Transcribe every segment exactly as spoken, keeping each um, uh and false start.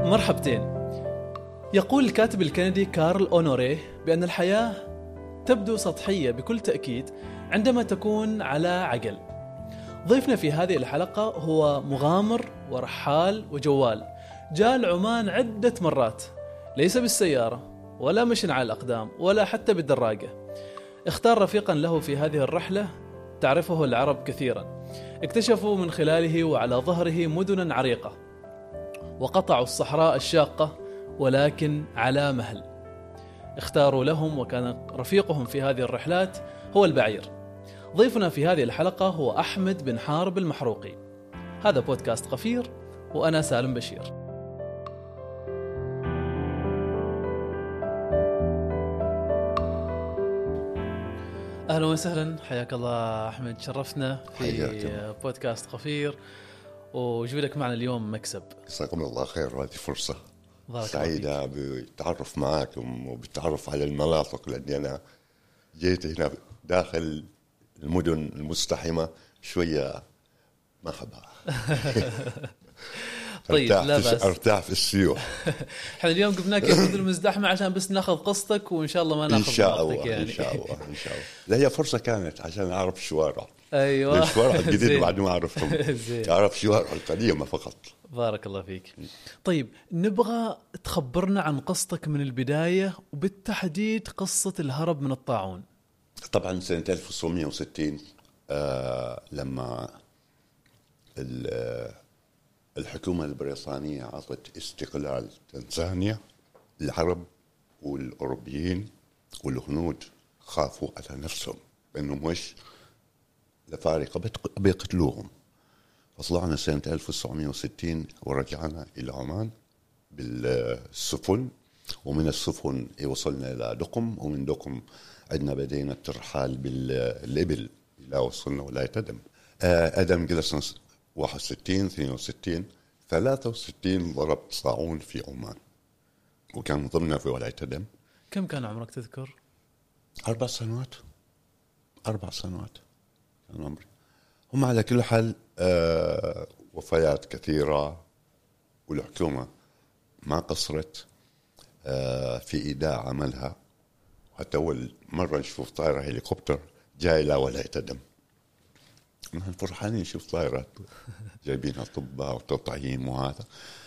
مرحبتين. يقول الكاتب الكندي كارل أونوريه بأن الحياة تبدو سطحية بكل تأكيد عندما تكون على عقل. ضيفنا في هذه الحلقة هو مغامر ورحال وجوال، جاء العمان عدة مرات، ليس بالسيارة ولا مشن على الأقدام ولا حتى بالدراجة. اختار رفيقا له في هذه الرحلة تعرفه العرب كثيرا، اكتشفوا من خلاله وعلى ظهره مدنا عريقة، وقطعوا الصحراء الشاقة ولكن على مهل. اختاروا لهم وكان رفيقهم في هذه الرحلات هو البعير. ضيفنا في هذه الحلقة هو أحمد بن حارب المحروقي. هذا بودكاست قفير وأنا سالم بشير. أهلا وسهلا، حياك الله أحمد، شرفتنا في بودكاست قفير وجودك معنا اليوم مكسب. جزاكم الله خير، وهذه فرصة سعيدة بالتعرف معكم وبالتعرف على المناطق، لأني أنا جيت هنا داخل المدن المزدحمة شوية ما أحبها. طيب لا بأس أرتاح في السيوح. احنا اليوم جبناك المدن المزدحمة عشان بس ناخذ قصتك وإن شاء الله ما ناخذ إن شاء الله يعني. إن شاء الله إن شاء الله. لا هي فرصة كانت عشان أعرف الشوارع. أيوة. الشوارع الجديدة بعد ما عرفتهم. أعرف شوارع القديمة فقط. بارك الله فيك. طيب نبغى تخبرنا عن قصتك من البداية وبالتحديد قصة الهرب من الطاعون. طبعا سنة ألف وتسعمائة وستين آه لما الحكومة البريطانية أعطت استقلال تنزانيا، العرب والأوروبيين والهنود خافوا على نفسهم بأنهم وش لفارقة بيقتلوهم، فطلعنا سنة ألف وتسعمائة وستين ورجعنا إلى عمان بالسفن، ومن السفن وصلنا إلى دقم، ومن دقم عندنا بدينا الترحال بالإبل إلى وصلنا ولاية أدم. أدم جلسنا واحد وستين اثنين وستين ثلاثة وستين ضربت طاعون في عمان، وكان ضمننا في ولاية أدم. كم كان عمرك تذكر؟ أربع سنوات أربع سنوات كان عمري. هم على كل حال آه وفيات كثيرة، والحكومة ما قصرت آه في إيداع عملها. حتى أول مرة نشوف طائرة هليكوبتر جاي إلى ولاية أدم، نحن فرحانين نشوف طائرات جايبين أطباء وتطعيم وهذا.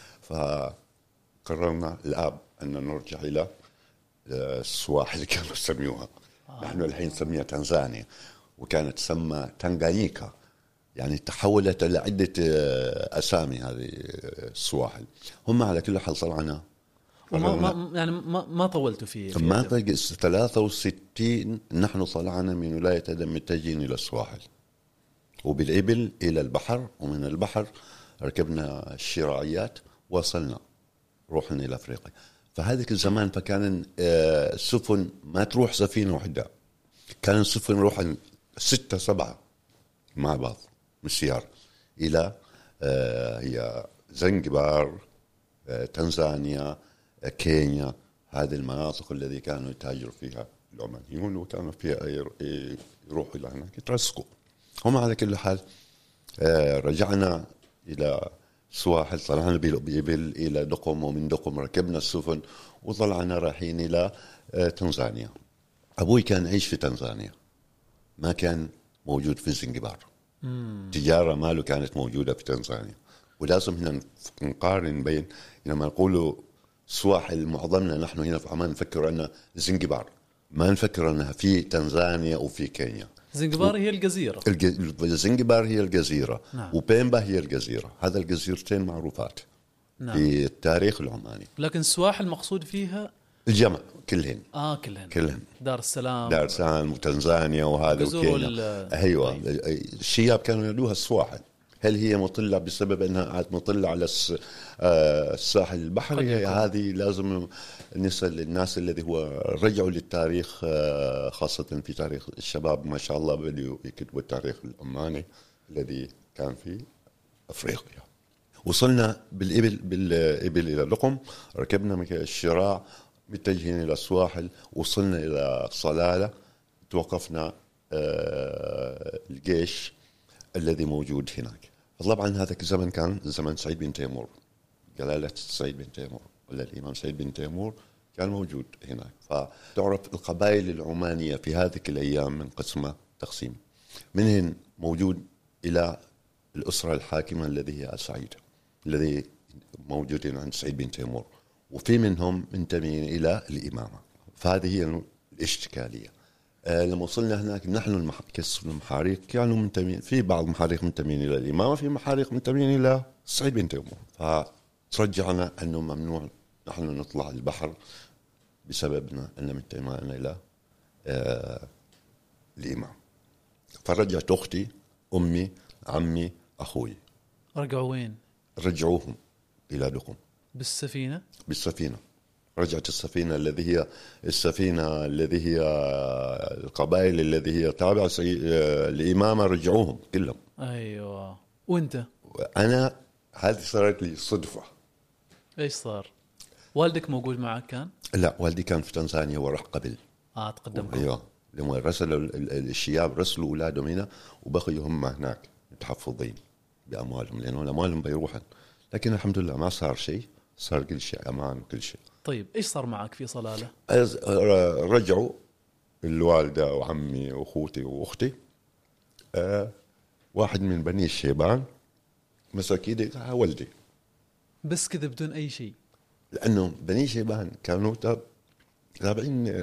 فقررنا الآب أن نرجع إلى السواحل اللي كانوا يسميوها، آه. نحن الحين نسميها تنزانيا، وكانت تسمى تنغانيكا، يعني تحولت إلى عدة أسامي هذه السواحل. هم على كل حال طلعنا وما ما يعني ما ما طولتوا فيه في ما طلع ثلاثة وستين نحن طلعنا من ولاية أدم متجهين إلى السواحل، وبالإبل إلى البحر، ومن البحر ركبنا الشراعيات وصلنا روحنا إلى أفريقيا. فهذه الزمان فكان السفن ما تروح سفينة واحدة، كان السفن روح ستة سبعة مع بعض مسيار إلى هي زنجبار، تنزانيا، كينيا، هذه المناطق التي كانوا يتاجروا فيها العمانيون، وكانوا فيها يروحوا إلى هناك يترسقوا. هم على كل حال رجعنا إلى سواحل، طلعنا بإبل إلى دقم، ومن دقم ركبنا السفن وطلعنا رايحين إلى تنزانيا. أبوي كان يعيش في تنزانيا، ما كان موجود في زنجبار. تجارة ماله كانت موجودة في تنزانيا. ولازم هنا نقارن بين لما نقولوا سواحل، معظمنا نحن هنا في عمان نفكر أنها زنجبار، ما نفكر أنها في تنزانيا وفي كينيا. زنجبار هي الجزيرة، زنجبار هي الجزيرة، نعم. وبيمبا هي الجزيرة. هذا الجزيرتين معروفات، نعم. في التاريخ العماني. لكن السواحل المقصود فيها الجمع كلهن آه كلهن كلهن دار السلام دار السلام وتنزانيا وهذا وكينيا. أيوة الشياب كانوا يدوها السواحل. هل هي مطلة بسبب أنها مطلة على الساحل البحري؟ هذه لازم نسأل للناس الذي هو رجعوا للتاريخ، خاصة في تاريخ الشباب ما شاء الله بدأوا يكتبوا التاريخ العماني الذي كان في أفريقيا. وصلنا بالإبل بالإبل إلى لقم، ركبنا الشراع متجهين إلى السواحل، وصلنا إلى صلالة، توقفنا الجيش الذي موجود هناك. طبعا هذا الزمن كان زمن سعيد بن تيمور، جلالة سعيد بن تيمور ولا الإمام سعيد بن تيمور كان موجود هناك. فتعرف القبائل العمانية في هذه الأيام من قسمة تقسيم، منهن موجود إلى الأسرة الحاكمة الذي هي سعيد الذي موجودين عند سعيد بن تيمور، وفي منهم منتمين إلى الإمامة. فهذه هي الاشتكالية. آه لما وصلنا هناك نحن كسر المحاريق كانوا منتمين، في بعض المحاريق منتمين إلى الإمامة، في محاريق منتمين إلى سعيد بن تيمور. فترجعنا أنه ممنوع نحن نطلع البحر بسببنا أن منتمين إلى آه الإمام. فرجعت أختي أمي عمي أخوي. رجعوا وين؟ رجعوهم بلادكم بالسفينة؟ بالسفينة. رجعت السفينة الذي هي السفينة الذي هي القبائل الذي هي تابعة الإمامة، رجعوهم كلهم. أيوة. وأنت؟ أنا هذه صارت لي صدفة. إيش صار؟ والدك موجود معك كان؟ لا، والدي كان في تنزانيا وراح قبل. آه تقدمكم. أيوة، لما رسلوا الشياب رسلوا أولادهم هنا وبقيوا هم هناك متحفظين بأموالهم، لأنه أموالهم بيروحن. لكن الحمد لله ما صار شيء، صار كل شيء أمان وكل شيء. طيب إيش صار معك في صلالة؟ رجعوا الوالدة وعمي وأخوتي وأختي. أه واحد من بني الشيبان مسك يدي ولدي بس كذا بدون أي شيء، لأنه بني شيبان كانوا تابعين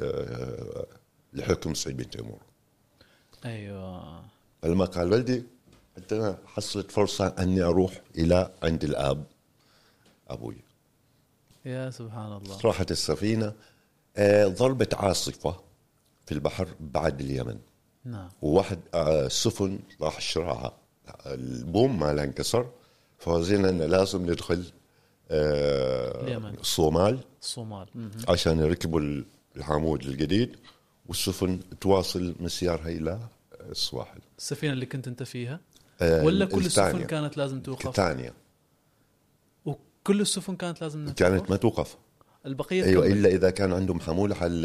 لحكم سعيد بن تيمور. أيوة. فلما قال ولدي حتى أنا حصلت فرصة أني أروح إلى عند الأب أبوي. يا سبحان الله. راحت السفينة، آه ضربت عاصفة في البحر بعد اليمن. نعم. وواحد آه سفن راح شراعها، البوم ما انكسر، فوزينا أن لازم ندخل آه اليمن. الصومال الصومال عشان يركبوا العمود الجديد والسفن تواصل مسيرها إلى السواحل. السفينة اللي كنت أنت فيها آه ولا كل السفن كانت لازم توقف؟ الثانية. وكل السفن كانت لازم كانت ما توقف. البقية أيوة تكمل. إلا إذا كان عندهم حمولة حل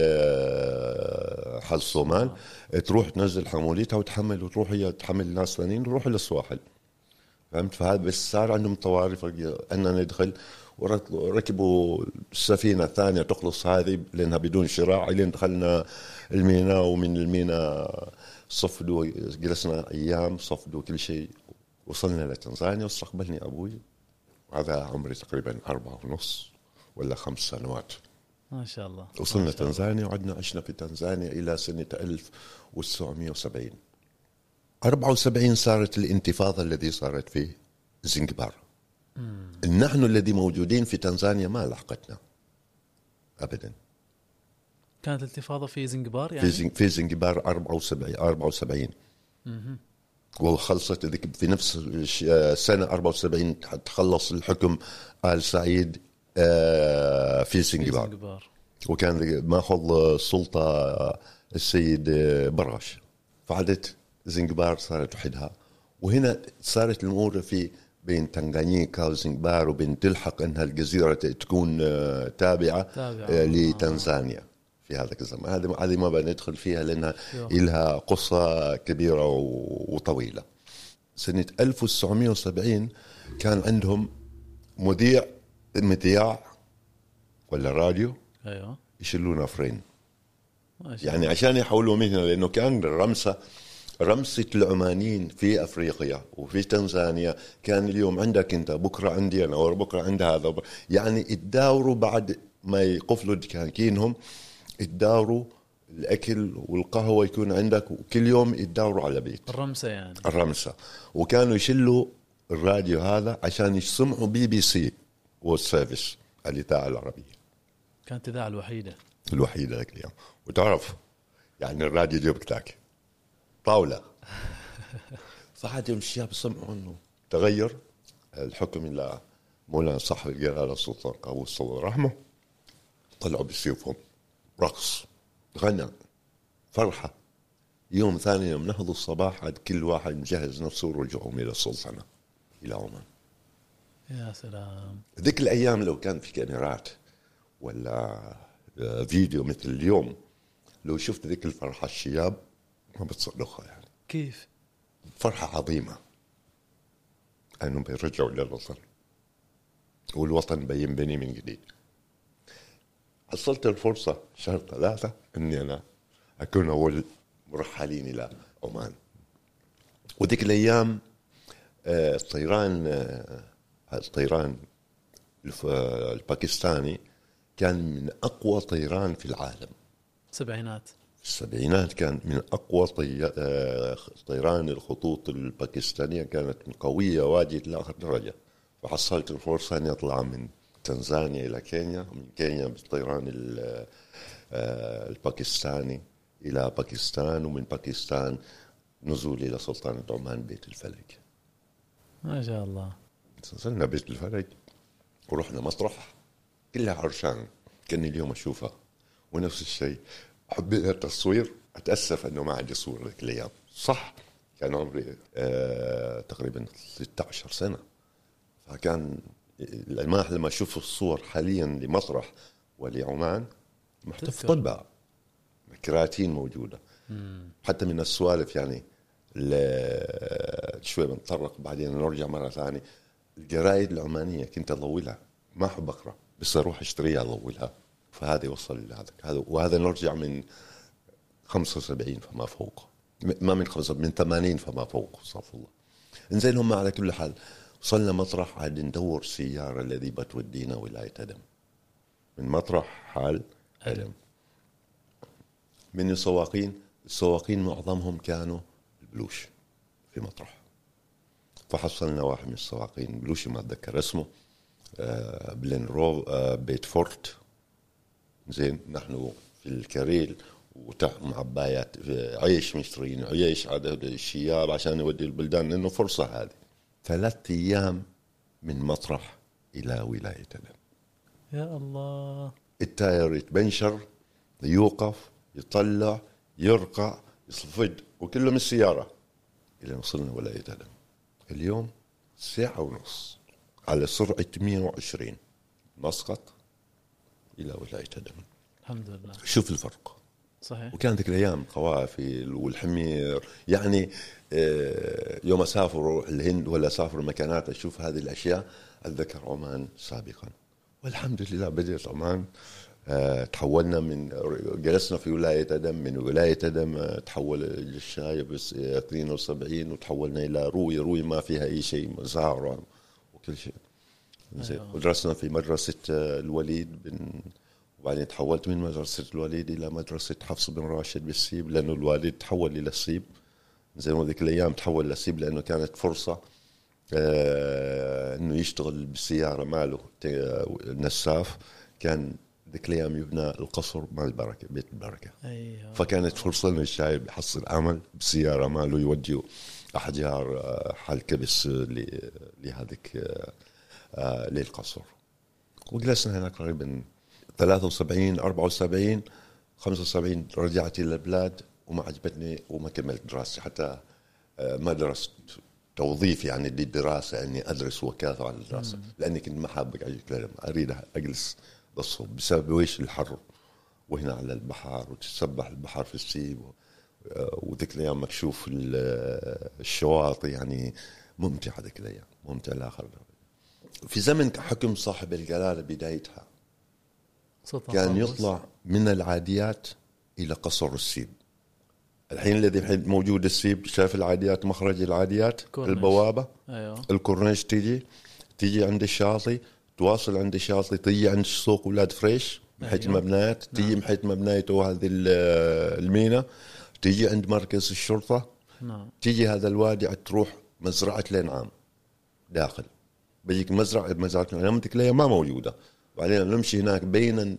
حل الصومال آه. تروح تنزل حمولتها وتحمل وتروح هي تحمل الناس ثانيين وتروح إلى السواحل. فهمت؟ فهذا بس صار عندهم طوارئ أننا ندخل وركبوا السفينة الثانية تخلص هذه لأنها بدون شراع لين دخلنا الميناء، ومن الميناء صفدوا جلسنا أيام صفدوا كل شيء. وصلنا لتنزانيا واستقبلني أبوي، هذا عمري تقريبا أربعة ونص ولا خمس سنوات ما شاء الله. وصلنا ما شاء الله. تنزانيا وعدنا عشنا في تنزانيا إلى سنة ألف وتسعمائة وسبعين. أربعة وسبعين صارت الانتفاضة التي صارت في زنجبار. نحن الذي موجودين في تنزانيا ما لحقتنا أبدا. كانت الانتفاضة في زنجبار يعني؟ في في زنجبار أربعة وسبعين أربعة وسبعين وخلصت ذيك في نفس السنة أربعة وسبعين تخلص الحكم آل سعيد في زنجبار، وكان ماخذ السلطة السيد براش. فعدت زنجبار صارت وحدها، وهنا صارت الأمور في بين تنغانيكا وزنجبار وبين تلحق أنها الجزيرة تكون تابعة, تابعة. لتنزانيا في هذا الزمان. هذه هذه ما بندخل فيها لأنها لها قصة كبيرة وطويلة. سنة ألف وتسعمائة وسبعين كان عندهم مذيع مذياع ولا راديو. أيوة. يشيلوا نفرين يعني عشان يحولوا مهنة، لأنه كان الرمسة رمسة العمانيين في أفريقيا وفي تنزانيا كان اليوم عندك أنت بكرة عندي أنا وبكرة عند هذا، يعني يتداوروا بعد ما يقفلوا دكاكينهم، يتداوروا الأكل والقهوة يكون عندك، وكل يوم يتداوروا على بيت الرمسة يعني الرمسة. وكانوا يشلوا الراديو هذا عشان يسمعوا بي بي سي والسيرفيس الإذاعة العربية، كانت الإذاعة الوحيدة الوحيدة ذاك اليوم. وتعرف يعني الراديو جيبك تاك طاولة. فحد يوم الشباب سمعوا أنه تغير الحكم إلى مولانا صاحب الجلالة السلطان قابوس الله يرحمه، طلعوا بسيوفهم رقص غنى فرحة. يوم ثاني يوم نهضوا الصباح عاد كل واحد مجهز نفسه ورجعوا إلى السلطنة إلى عمان. يا سلام. ذيك الأيام لو كان في كاميرات ولا فيديو مثل اليوم، لو شفت ذيك الفرحة الشياب ما بتصدقها يعني. كيف؟ فرحة عظيمة أنهم بيرجعوا إلى الوطن. والوطن بينبني من جديد. حصلت الفرصة شهر ثلاثة أني أنا أكون أول مرحلين إلى عمان. وذيك الأيام الطيران الطيران الباكستاني كان من أقوى طيران في العالم. سبعينات السبعينات كان من أقوى طي... طيران الخطوط الباكستانية، كانت قوية واجد لآخر درجة. فحصلت الفرصة أن أطلع من تنزانيا إلى كينيا، ومن كينيا بالطيران الباكستاني إلى باكستان، ومن باكستان نزول إلى سلطنة عمان بيت الفلك. ما شاء الله. وصلنا بيت الفلك ورحنا مسرح كلها عرشان، كأني اليوم أشوفها. ونفس الشيء حبيت التصوير، أتأسف أنه ما عندي صور ذيك الأيام. صح كان عمري آه تقريبا ستة عشر سنة، فكان الماح لما أشوف الصور حاليا لمسرح ولعمان محتفظ طبع كراتين موجودة. مم. حتى من السوالف يعني شوي بنطرق بعدين نرجع مرة ثانية. الجرائد العمانية كنت أضولها، ما أحب أقرأ بس أروح أشتريها أضولها. فهذا وصل لهذا هذا وهذا نرجع من خمسة وسبعين فما فوق، ما من خمسة من ثمانين فما فوق صف الله. إنزين هم على كل حال وصلنا مطرح عاد ندور سيارة الذي بتودينا ولاية أدم. من مطرح حال أدم من السواقين السواقين معظمهم كانوا البلوش في مطرح. فحصلنا واحد من السواقين بلوشي ما أتذكر اسمه، آه بلين رو آه بيت فورت. زين نحن في الكاريل وتحت معبايات عيش مشترين عيش عدد الشياب عشان نودي البلدان، لأنه فرصة هذه. ثلاث أيام من مطرح إلى ولاية أدم. يا الله. التاير يتبنشر، يوقف، يطلع، يرقع، يصفد، وكله من السيارة إلى وصلنا ولاية أدم. اليوم ساعة ونص على سرعة مئة وعشرين مسقط إلى ولاية أدم. الحمد لله. شوف الفرق. صحيح. وكانت ذيك الأيام قوافل والحمير، يعني يوم أسافر الهند ولا أسافر مكانات أشوف هذه الأشياء أتذكر عمان سابقا. والحمد لله بدأت عمان. أه تحولنا من جلسنا في ولاية أدم، من ولاية أدم تحول للشاي بس اثنين وسبعين وتحولنا إلى روي روي ما فيها أي شيء، مزارع وكل شيء. أيوة. ودرسنا في مدرسة الوليد بن، وبعدين تحولت من مدرسة الوليد إلى مدرسة حفص بن راشد بالسيب، لأنه الوالد تحول إلى السيب. زي ما ذيك الأيام تحول للسيب لأنه كانت فرصة آه إنه يشتغل بالسيارة ماله النساف. كان ذيك الأيام يبنى القصر مع البركة، بيت البركة. أيوة. فكانت فرصة إنه الشايب يحصل عمل بالسيارة ماله، يوجه أحجار حال كبس لهذيك آه للقصر. وجلسنا هنا تقريبا ثلاثة وسبعين أربعة وسبعين خمسة وسبعين رجعت إلى البلاد وما عجبتني وما كملت دراستي، حتى ما درست توظيف يعني للدراسة أني أدرس وكاثر على الدراسة. مم. لأني كنت ما حابب أريد أجلس بالصوب بسبب ويش الحر، وهنا على البحر وتتسبح البحر في السيب، وذيك الأيام مكشوف الشواطئ، يعني ممتع ذيك الأيام، ممتع الآخر. في زمن حكم صاحب الجلالة بدايتها كان يطلع من العاديات إلى قصر السيب. الحين الذي موجود السيب، شايف العاديات، مخرج العاديات كورنيش. البوابة. أيوة. الكورنيش تيجي تيجي عند الشاطئ، تواصل عند الشاطئ، تيجي عند سوق ولاد فريش محيط أيوة. المبنيات، تيجي نعم. محيط مبنيته هذه المينا، تيجي عند مركز الشرطة. نعم. تيجي هذا الوادي تروح مزرعة الأنعام داخل، بيجيك مزرعة مزرعة الأنعام تكليها ما موجودة. بعدين نمشي هناك بين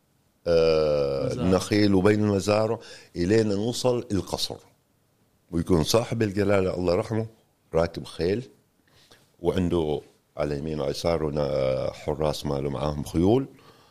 آه النخيل وبين المزارع إلينا نوصل القصر، ويكون صاحب الجلالة الله رحمه راكب خيل، وعنده على يمين ويسار حراس ماله معاهم خيول.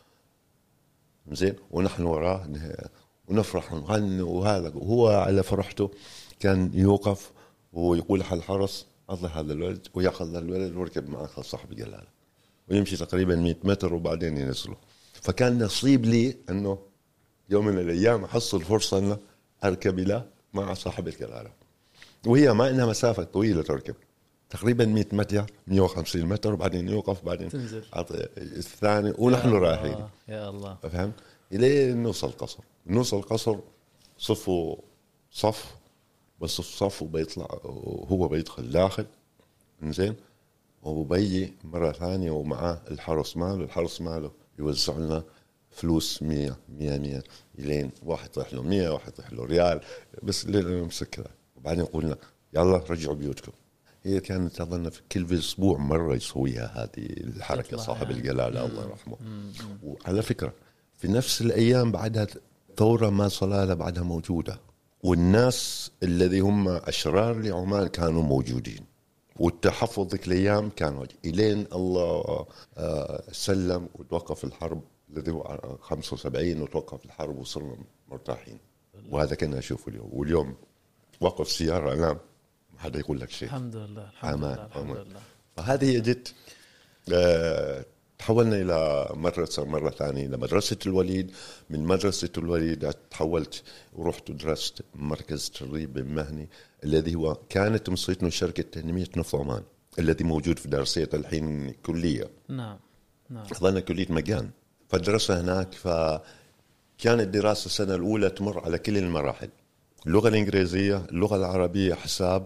زين، ونحن وراه ونفرح ونغني. وهذا وهو على فرحته كان يوقف ويقول حل الحرس الله هذا الولد، ويأخذ الولد ويركب معه صاحب الجلالة ويمشي تقريبا مئة متر وبعدين ينزله. فكان نصيب لي أنه يوم من الأيام أحصل فرصة أنه أركب إلى مع صاحب الجلالة، وهي ما إنها مسافة طويلة تركب تقريبا مئة متر مئة وخمسين متر، وبعدين يوقف، بعدين تنزل الثاني ونحن رايحين. يا الله. فهمت؟ إلى نوصل القصر. نوصل القصر صفوا صف، بس الصف وبيطلع هو بيدخل داخل، إنزين، وبيجي مرة ثانية ومعاه الحرس ماله، الحرس ماله يوزع لنا فلوس مية مية مية، يلين واحد يطيح له مية، واحد يطيح له ريال، بس لين نمسك كذا. وبعدين قلنا يلا رجعوا بيوتكم. هي كانت أظن في كل أسبوع مرة يسويها هذه الحركة صاحب يعني. الجلالة الله يرحمه. وعلى فكرة في نفس الأيام بعدها ثورة ما صلالة بعدها موجودة، والناس الذي هم أشرار لعمان كانوا موجودين، والتحفظ ذيك الأيام كانوا إلين الله سلم وتوقف الحرب الذي هو خمسة وسبعين، وتوقف الحرب وصرنا مرتاحين. وهذا كنا نشوفه اليوم. واليوم وقف سيارة أمام ما حدا يقول لك شيء. الحمد لله الحمد لله الحمد لله. فهذه جت. أه تحولنا إلى مدرسة مرة ثانية لمدرسة الوليد. من مدرسة الوليد تحولت ورحت درست مركز تدريب مهني الذي هو كانت مصيته شركة تنمية نفط عمان الذي موجود في درسية الحين كلية. نعم نعم. أظن كلية مجان. فدرسنا هناك. فكانت دراسة السنة الأولى تمر على كل المراحل: اللغة الإنجليزية، اللغة العربية، حساب،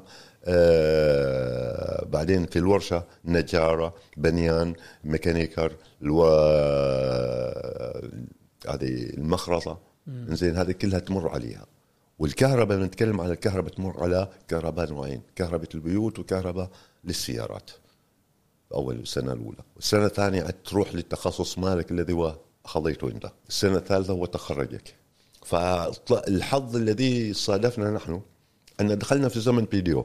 آه بعدين في الورشة نجارة، بنيان، ميكانيكر، الو... هذه المخرطة. إنزين هذه كلها تمر عليها. والكهرباء بنتكلم على الكهرباء تمر على كهرباء نوعين: كهرباء البيوت وكهرباء للسيارات. أول السنة الأولى. السنة الثانية تروح للتخصص مالك الذي هو خضيته أنت. السنة الثالثة هو تخرجك. فالحظ الذي صادفنا نحن أن دخلنا في زمن بيديو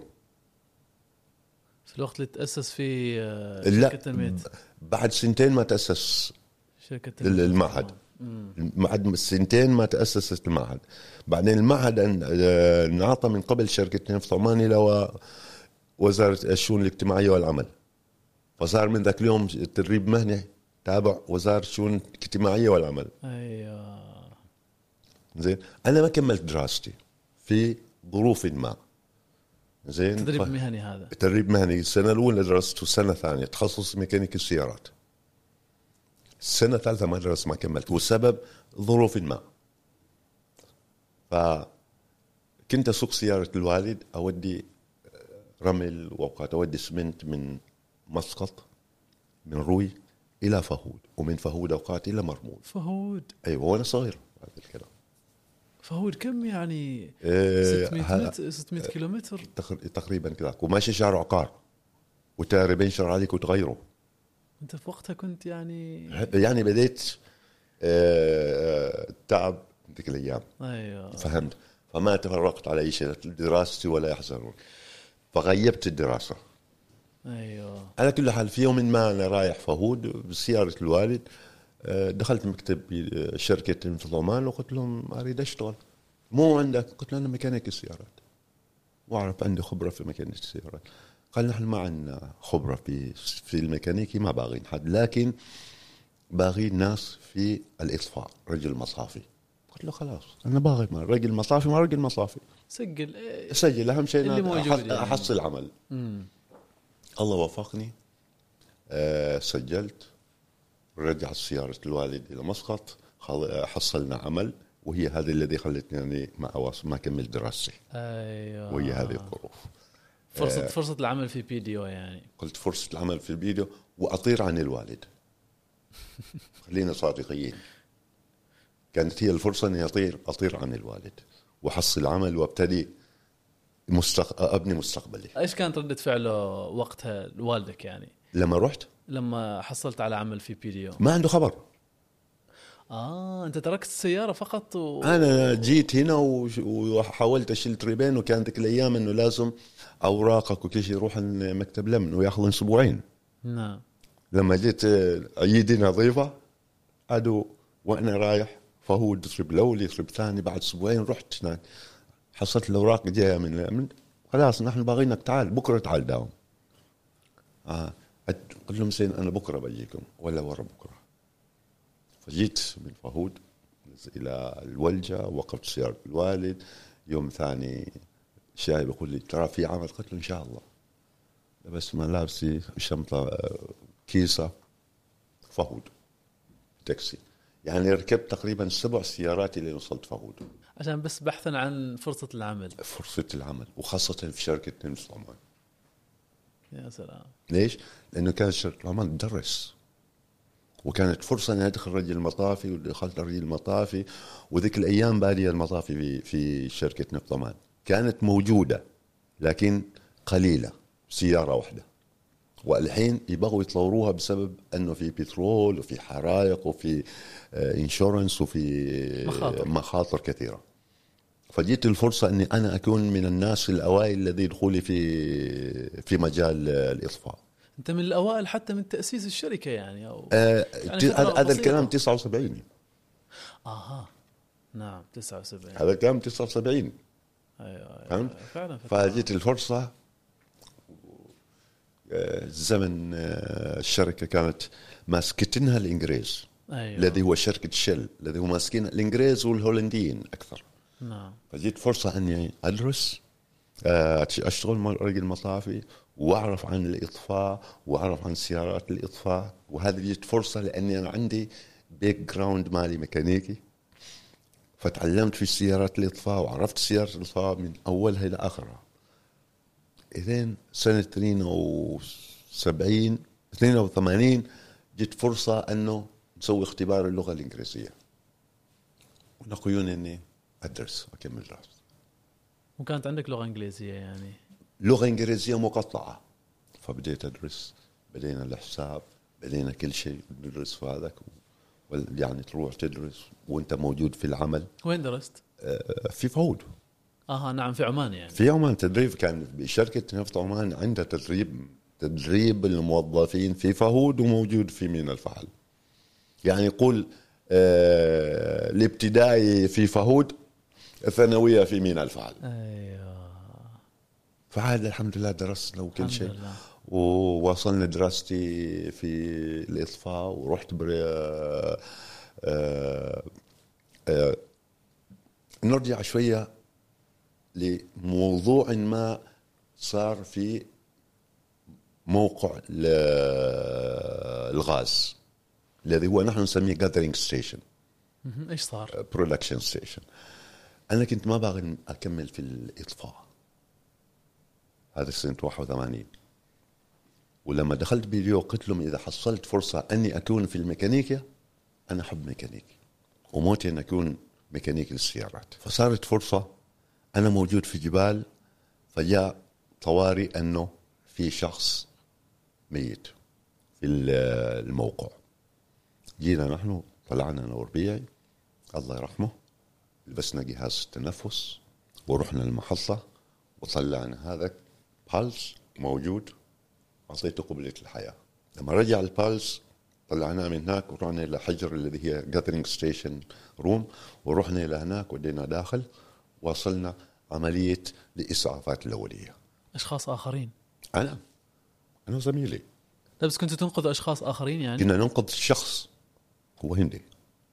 في الوقت اللي تأسس في شركة الميت. بعد سنتين ما تأسس شركة المعهد. بعد سنتين ما تأسست المعهد. بعدين المعهد انعطى من قبل شركة نفط عمان إلى وزارة الشؤون الاجتماعية والعمل. فصار من ذاك اليوم التدريب مهني تابع وزارة الشؤون الاجتماعية والعمل. أيوة. زين. أنا ما كملت دراستي في ظروف ما. زين. تدريب ف... مهني هذا. تدريب مهني. السنة الأولى درست، والسنة الثانية تخصص ميكانيكي السيارات. السنة الثالثة ما درست، ما كملت، والسبب ظروف ما. فكنت أسوق سيارة الوالد، أودي رمل وأوقات أودي سمنت من مسقط، من روي إلى فهود، ومن فهود أوقات إلى مرمود. فهود. أيوة. وأنا صغير هذا الكلام. فهود كم يعني؟ إيه ستمائة متر، ستمائة كيلومتر تقريبا كذا. وماشي شارع عقار وتاربين شرع عليك وتغيره. أنت في وقتها كنت يعني يعني بديت تعب ذيك الأيام. أيوة. فهمت. فما تفرقت على أي شيء، دراستي ولا يحزنون، فغيبت الدراسة. أيوة. على كل حال في يوم ما أنا رايح فهود بسيارة الوالد، دخلت مكتب شركة نفط عمان وقلت لهم أريد أشتغل. مو عندك؟ قلت له أنا ميكانيكي السيارات وأعرف عندي خبرة في ميكانيكي السيارات. قال نحن ما عندنا خبرة في في الميكانيكي، ما باغين حد، لكن باغين ناس في الإطفاء، رجل مصافي. قلت له خلاص أنا باغي ما رجل مصافي ما رجل مصافي سجل إيه؟ سجل أهم شيء اللي موجود يعني. أحصل عمل. مم. الله وفقني. أه سجلت، رجعت سيارة الوالد إلى مسقط، حصلنا عمل، وهي هذه الذي خلتني يعني ما أواصل ما كمل دراستي. أيوة. وهي هذه الظروف. فرصة أه فرصة العمل في بيديو يعني. قلت فرصة العمل في البيديو وأطير عن الوالد. خلينا صادقين، كانت هي الفرصة أني أطير أطير عن الوالد وحصل عمل وابتدي مستق... أبني مستقبلي. إيش كانت ردة فعله وقتها والدك يعني لما رحت؟ لما حصلت على عمل في بيديو. ما عنده خبر. آه أنت تركت السيارة فقط و... أنا جيت هنا وحاولت أشيل تريبين، وكانت ذيك الأيام إنه لازم أوراقك وكل شيء يروح المكتب لمن ويأخذ أسبوعين. نعم. لما جيت أيدي نظيفة عدو وأنا رايح فهود تريب الأول تريب ثاني، بعد أسبوعين رحت هناك حصلت الأوراق جاية من الأمن، خلاص نحن باغينك تعال بكرة تعال داوم. آه. قلت لهم سين أنا بكرة بجيكم ولا ورا بكرة. فجيت من فهود إلى الولجة، وقفت سيارة الوالد. يوم ثاني شايب يقول لي ترى في عمل، قلت له إن شاء الله. لبس ملابسي شنطة كيسة فهود تاكسي. يعني ركبت تقريبا سبع سيارات اللي وصلت فهود عشان بس بحثا عن فرصة العمل. فرصة العمل وخاصة في شركة نمس عمان. يا سلام. ليش؟ لأنه كانت شركة عمان تدرس، وكانت فرصة أن أدخل رجل المطافي، ودخلت رجل المطافي. وذيك الأيام بادية المطافي في في شركة نفط عمان كانت موجودة لكن قليلة، سيارة واحدة. والحين يبغوا يطوروها بسبب أنه في بترول وفي حرائق وفي انشورنس وفي مخاطر. مخاطر كثيرة. فجيت الفرصة أني أنا أكون من الناس الأوائل الذي دخولي في في مجال الإطفاء. أنت من الأوائل حتى من تأسيس الشركة يعني أو آه يعني هذا الكلام تسعة وسبعين. آها نعم تسعة وسبعين. هذا الكلام تسعة وسبعين. أيوة فهمت؟ فعلا. فجيت الفرصة. زمن الشركة كانت ماسكتنها الإنجليز. أيوة. الذي هو شركة شل الذي هو ماسكين الإنجليز والهولنديين أكثر. نعم. فجيت فرصة أني أدرس أشتغل مع رجل مطافي وأعرف عن الإطفاء وأعرف عن سيارات الإطفاء. وهذه جيت فرصة لأني أنا عندي بيك جراوند مالي ميكانيكي، فتعلمت في سيارات الإطفاء وعرفت سيارات الإطفاء من أولها إلى آخرها. إذن سنة اثنين وسبعين اثنين وثمانين جت فرصة أنه نسوي اختبار اللغة الإنجليزية، ونقولون أني أدرس وأكمل دراستي. وكانت عندك لغة إنجليزية يعني؟ لغة إنجليزية مقطعة. فبديت أدرس، بدينا الحساب، بدينا كل شيء ندرس في هذاك. يعني تروح تدرس وانت موجود في العمل. وين درست؟ في فهود. اه نعم في عمان يعني. في عمان تدريب، كان بشركة نفط عمان عندها تدريب تدريب الموظفين في فهود وموجود في ميناء الفحل. يعني يقول آه الابتدائي في فهود، الثانوية في ميناء الفحل. ايوه. فعاد الحمد لله درسنا وكل شيء، وواصلنا دراستي في الإطفاء. ورحت بر... آه آه آه نرجع شوية لموضوع ما صار في موقع الغاز الذي هو نحن نسميه gathering station. ايش صار؟ production station. أنا كنت ما باغي أكمل في الإطفاء، هذا سنة واحد وثمانين. ولما دخلت فيديو قلت لهم إذا حصلت فرصة أني أكون في الميكانيكا أنا أحب ميكانيكي، وموتي أن أكون ميكانيكي للسيارات. فصارت فرصة أنا موجود في جبال، فجاء طوارئ أنه في شخص ميت في الموقع. جينا نحن طلعنا أنا وربيعي الله يرحمه، لبسنا جهاز التنفس ورحنا المحطة وطلعنا هذا بالز موجود، أعطيته قبلة الحياة. لما رجع البالز طلعناه من هناك ورحنا إلى حجر الذي هي gathering station روم، ورحنا إلى هناك ودينا داخل. وصلنا عملية الإسعافات الأولية. أشخاص آخرين؟ أنا أنا وزميلي. بس كنتوا تنقذ أشخاص آخرين يعني؟ كنا ننقذ الشخص هو هندي.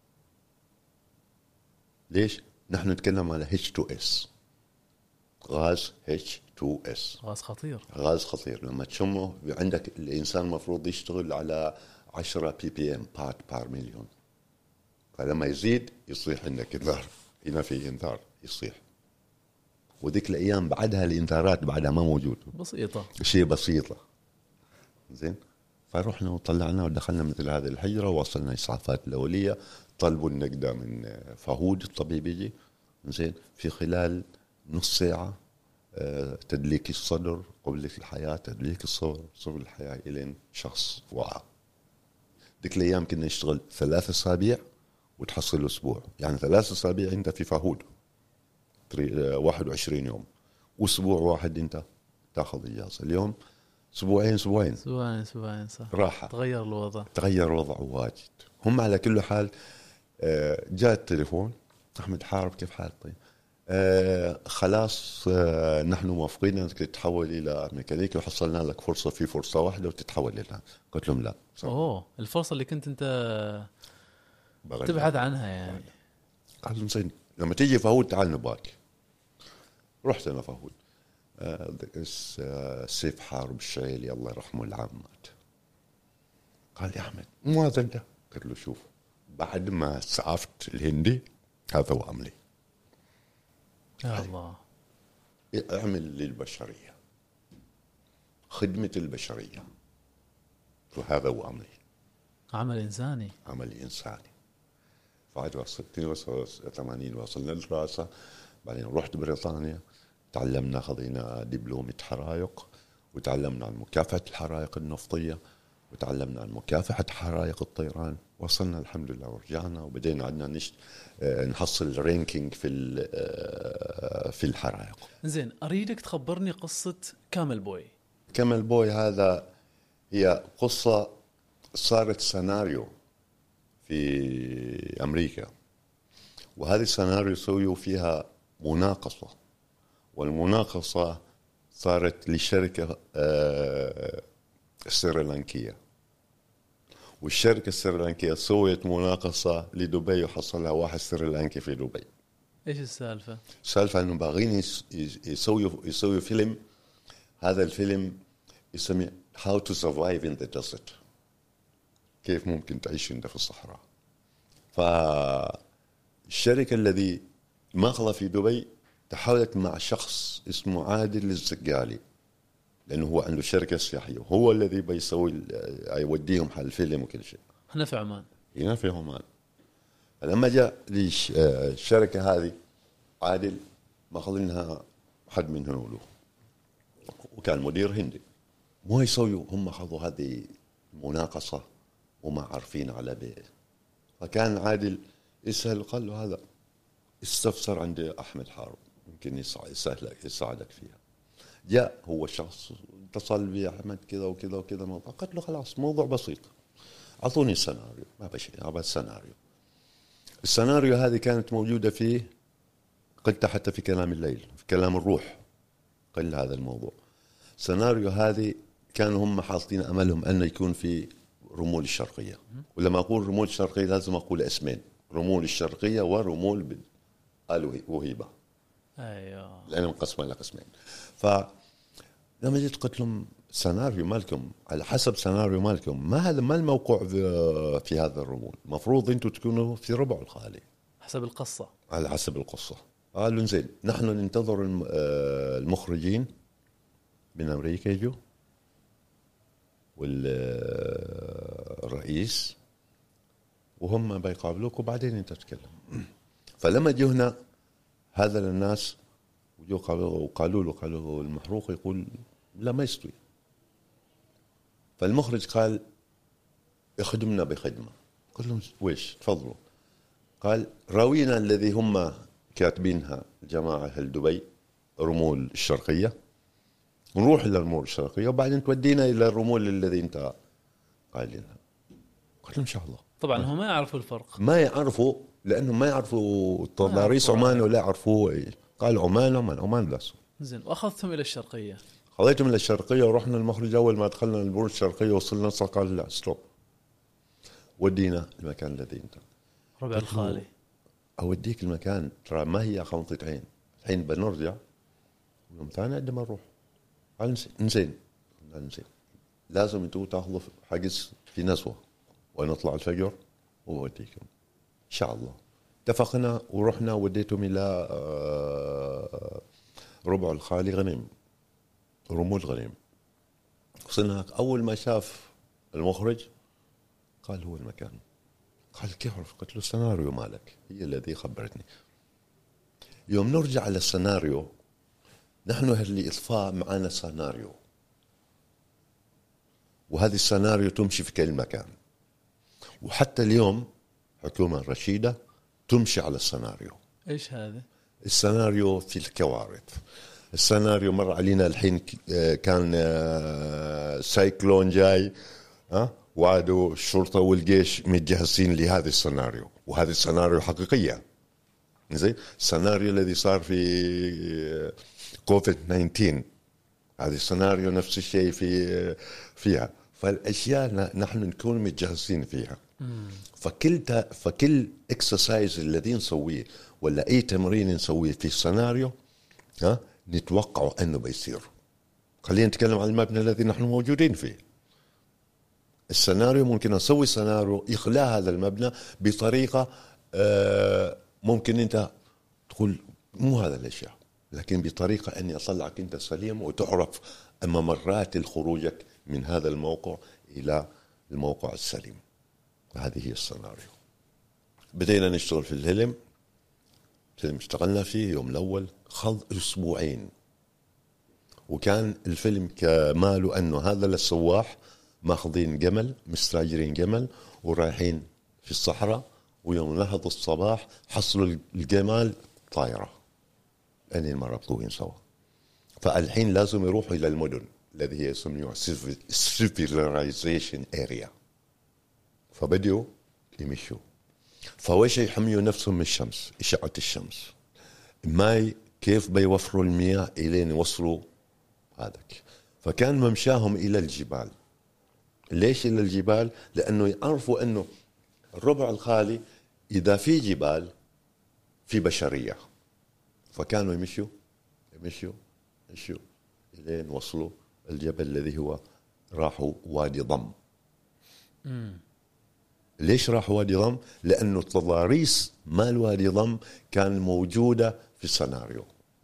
ليش؟ نحن نتكلم على إتش تو إس، غاز إتش تو إس، غاز خطير. غاز خطير. لما تشمه عندك الإنسان مفروض يشتغل على عشرة بي بي إم بارت بار مليون، فلما يزيد يصيح عندك إنذار. هنا في إنذار يصيح. وذيك الأيام بعدها الإنذارات بعدها ما موجود، بسيطة، شيء بسيطة. زين. فروحنا وطلعنا ودخلنا مثل هذه الحجرة ووصلنا إسعافات الأولية. طلبوا النقدة من فهود الطبيب يجي. زين. في خلال نص ساعة تدليك الصدر قبل الحياة، تدليك الصدر قبل الحياة إلين شخص وعى. ذيك الأيام كنا نشتغل ثلاث أسابيع وتحصل أسبوع. يعني ثلاث أسابيع أنت في فهود واحد وعشرين يوم، وأسبوع واحد أنت تأخذ إجازة. اليوم أسبوعين أسبوعين أسبوعين أسبوعين صح. راحة. تغير الوضع، تغير الوضع واجد. هم على كل حال جاء التليفون، أحمد حارب كيف حالك؟ طيب آه خلاص آه نحن موافقين أنك تتحول إلى ميكانيكي وحصلنا لك فرصة في فرصة واحدة وتتحول لنا. قلت لهم لا. أوه الفرصة اللي كنت أنت تبحث عنها يعني. قالوا زين لما تيجي فهود تعال نباك. رحت أنا فهود. سيف حارب الشعيلي الله يرحمه العامات. قال لي أحمد مو هذا ده؟ قلت له شوف بعد ما سعفت الهندي هذا هو عملي. يا الله. اعمل للبشرية، خدمة البشرية، وهذا هو عملي، عمل إنساني، عمل إنساني. فعد وصلتني وصل ثمانين وصلنا الدراسة، بعدين رحت بريطانيا، تعلمنا خذينا دبلومة حرائق، وتعلمنا عن مكافحة الحرائق النفطية، وتعلمنا عن مكافحة حرائق الطيران. وصلنا الحمد لله ورجعنا وبدينا عندنا نشت نحصل رينكينج في في الحرائق. زين، أريدك تخبرني قصة كامل بوي. كامل بوي هذا هي قصة صارت سيناريو في أمريكا، وهذه السيناريو سووا فيها مناقصة، والمناقصة صارت لشركة سريلانكية، والشركة السريلانكية سويت مناقصة لدبي وحصلها واحد سريلانكي في دبي. إيش السالفة؟ السالفة أنه باغين يسوي يسوي فيلم. هذا الفيلم يسميه How to Survive in the Desert، كيف ممكن تعيش أنت في الصحراء. فالشركة الذي ماخذة في دبي تحاولت مع شخص اسمه عادل الزقالي، لأنه هو عنده شركة سياحية، هو الذي بيسوي يوديهم حال الفيلم وكل شيء. هنا في عمان. هنا في عمان. لما جاء للشركة هذه عادل ماخذينها حد من هنولو، وكان مدير هندي. مو يسويوا هم أخذوا هذه المناقصة وما عارفين على بيه. فكان عادل يسأل قال له هذا استفسر عند أحمد حارب يمكن يساعدك يساعدك فيها. جاء هو شخص اتصل بي أحمد كذا وكذا وكذا موضوع. قلت له خلاص موضوع بسيط، أعطوني السيناريو، ما بشي أبغى السيناريو. السيناريو هذه كانت موجودة فيه، قلت حتى في كلام الليل في كلام الروح قل هذا الموضوع. السيناريو هذه كانوا هم حاطين أملهم أنه يكون في رمول الشرقية، ولما أقول رمول الشرقية لازم أقول اسمين، رمول الشرقية ورمول آل وهيبة. أيوة. لأنهم قسموا إلى قسمين. فلما جيت قلت لهم سيناريو مالكم على حسب سيناريو مالكم، ما هذا ما الموقع في, في هذا الرمول، مفروض أنتم تكونوا في ربع الخالي حسب القصة. على حسب القصة. قالوا نزين نحن ننتظر المخرجين من أمريكا يجوا والرئيس وهم بيقابلوك وبعدين انت تتكلم. فلما جوا هنا هذا الناس وجوا وقالوا له قالوا المحروق يقول لا ما يستوي. فالمخرج قال اخدمنا بخدمة. قلت لهم ويش تفضلوا. قال راوينا الذي هم كاتبينها الجماعة أهل دبي رمول الشرقية، نروح إلى الرمول الشرقية وبعدين تودينا إلى الرمول الذي أنت قال لنا. قلت لهم إن شاء الله. طبعا هم ما يعرفوا الفرق، ما يعرفوا لأنهم ما يعرفوا تضاريس عمان ولا يعرفوا إيه. قال عمان عمان عمان بس. زين، وأخذتهم إلى الشرقية. خذيتهم إلى الشرقية ورحنا المخرج. أول ما دخلنا البرج الشرقية وصلنا قال لا ستوب، ودينا المكان الذي أنت. ربع الخالي. أوديك المكان ترى ما هي خمطة عين، الحين بنرجع يوم ثاني عندما نروح. قال نزين نزين لازم انتوا تاخذوا حجز في نزوة ونطلع الفجر ووديكم ان شاء الله. اتفقنا ورحنا وديتهم الى ربع الخالي غنيم، رمول غنيم. وصلنا اول ما شاف المخرج قال هو المكان. قال كيف عرف؟ قلت له السيناريو مالك، هي الذي خبرتني. يوم نرجع على السيناريو نحن أهل الإطفاء معنا سيناريو، وهذه السيناريو تمشي في كل مكان، وحتى اليوم حكومة رشيدة تمشي على السيناريو. إيش هذا؟ السيناريو في الكوارث. السيناريو مر علينا الحين كان سايكلون جاي، ها وعدوا الشرطة والجيش متجهزين لهذا السيناريو، وهذا السيناريو حقيقية. زين السيناريو الذي صار في كوفيد تسعة عشر هذا السيناريو نفس الشيء في فيها. فالأشياء نحن نكون متجهزين فيها. فكل فكل اكسرسايز الذي نسويه ولا أي تمرين نسويه في السيناريو ها نتوقع أنه بيصير. خلينا نتكلم عن المبنى الذي نحن موجودين فيه. السيناريو ممكن نسوي سيناريو إخلاء هذا المبنى بطريقة ممكن أنت تقول مو هذا الأشياء، لكن بطريقة أن يطلعك أنت سليم وتعرف ممرات الخروجك من هذا الموقع إلى الموقع السليم. هذه هي السيناريو. بدينا نشتغل في الفيلم. الفيلم اشتغلنا فيه يوم الأول خض أسبوعين، وكان الفيلم كماله أنه هذا السواح ماخذين جمل، مستاجرين جمل ورايحين في الصحراء، ويوم نهض الصباح حصلوا الجمال طائرة أني ما ربطوهن سوا. فالحين لازم يروحوا إلى المدن الذي هي يسميها civilization area. فبدأوا يمشوا. فوش يحميوا نفسهم من الشمس، إشعة الشمس. ماي كيف بيوفروا المياه إلين يوصلوا هذاك. فكان ممشاهم إلى الجبال. ليش إلى الجبال؟ لأنه يعرفوا أنه الربع الخالي إذا في جبال في بشرية. فكانوا يمشوا يمشوا يمشوا إلين وصلوا الجبل الذي هو راحوا وادي ضم. مم. ليش راحوا وادي ضم؟ لأنه التضاريس مال وادي ضم كان موجودة في السيناريو.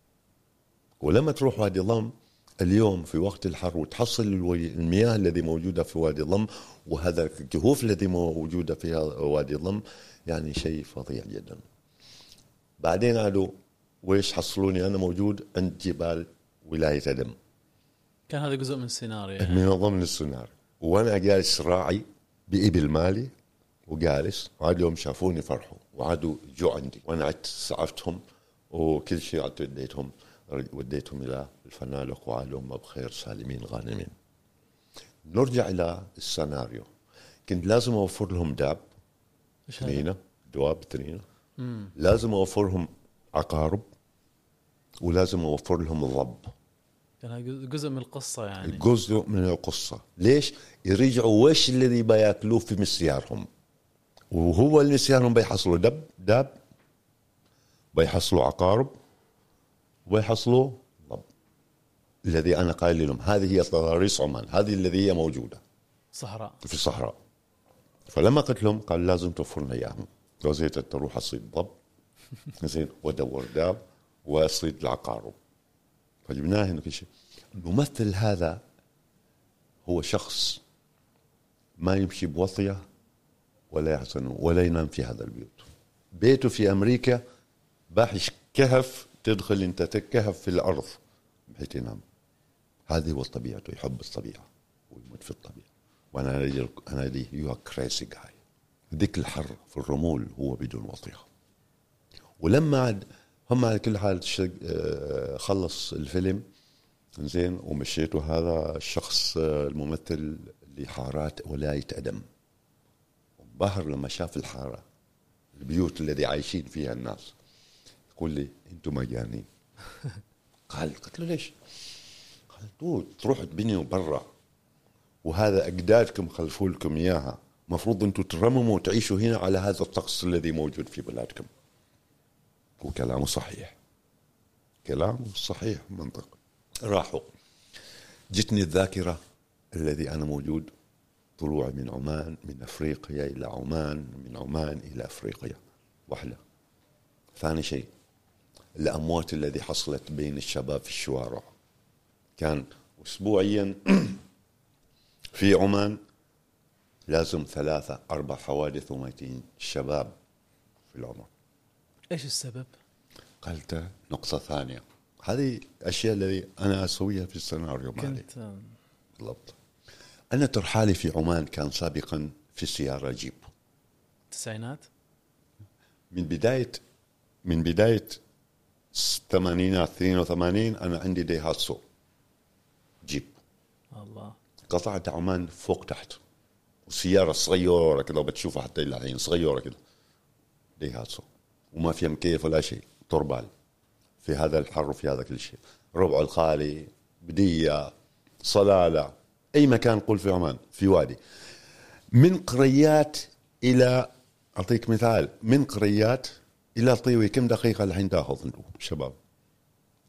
ولما تروح وادي ضم اليوم في وقت الحر وتحصل المياه الذي موجودة في وادي ضم وهذا الكهوف الذي موجودة في وادي ضم، يعني شيء فظيع جدا. بعدين قالوا ويش حصلوني أنا موجود عند جبال ولاية أدم. كان هذا جزء من السيناريو يعني. من ضمن السيناريو. وأنا جالس راعي بإبل مالي وجالس، وعاد يوم شافوني فرحوا وعادوا جو عندي، وأنا عدت سعفتهم وكل شيء عدت وديتهم وديتهم إلى الفنادق وعالهم بخير سالمين غانمين. نرجع إلى السيناريو. كنت لازم أوفر لهم داب تنينة، دواب تنينة، لازم أوفرهم عقارب، ولازم أوفر لهم ضب. كان جزء من القصة يعني. جزء من القصة. ليش؟ يرجعوا وش الذي بياكلوه في مسيارهم، وهو اللي مسيارهم بيحصلوا دب داب، بيحصلوا عقارب، ويحصلوا ضب. الذي أنا قايل لهم هذه هي تضاريس عمان، هذه الذي هي موجودة صحراء في الصحراء. فلما قلت لهم قال لازم توفرنا إياهم. وزيت تروح أصيد ضب زين ودور داب وأصيد العقارب. فجبناه هنا كل شيء. الممثل هذا هو شخص ما يمشي بوطية ولا يحزن ولا ينام في هذا البيوت. بيته في أمريكا باحش كهف، تدخل انت تكهف في الأرض بحيث ينام. هذه هو طبيعته، يحب الطبيعة ويموت في الطبيعة. وأنا أنا أنا لي يو كريسي جاي. ذيك الحر في الرمول هو بدون وطية. ولما عاد هم على كل حال خلص الفيلم زين ومشيته. هذا الشخص الممثل لحارات ولاية أدم بحر لما شاف الحارة البيوت الذي عايشين فيها الناس يقول لي انتم مجانين. قال قلت له ليش؟ قال تروح تبنيوا برا وهذا أجدادكم خلفوا لكم إياها، مفروض أنتم ترمموا وتعيشوا هنا على هذا الطقس الذي موجود في بلادكم. وكلامه صحيح، كلامه صحيح منطق. راحوا. جتني الذاكرة الذي أنا موجود طلوع من عمان، من أفريقيا إلى عمان، من عمان إلى أفريقيا واحدة. ثاني شيء الأموات الذي حصلت بين الشباب في الشوارع. كان أسبوعيا في عمان لازم ثلاثة أربع حوادث وميتين شباب في العمر. إيش السبب؟ قلت نقطة ثانية، هذه أشياء التي أنا أسويها في السيناريو مالي. بالضبط. أنا ترحالي في عمان كان سابقا في سيارة جيب التسعينات، من بداية من بداية الثمانينات اثنين وثمانين أنا عندي ديهاتسو جيب. الله. قطعت عمان فوق تحت، وسيارة صغيرة كده بتشوفها حتى إلى الحين صغيرة كده ديهاتسو، وما فيها مكيف ولا شيء، تربال في هذا الحر وفي هذا كل شيء. ربع الخالي، بدية، صلالة، أي مكان قول في عمان في وادي. من قريات إلى أعطيك مثال، من قريات إلى طيوي كم دقيقة الحين تأخذ شباب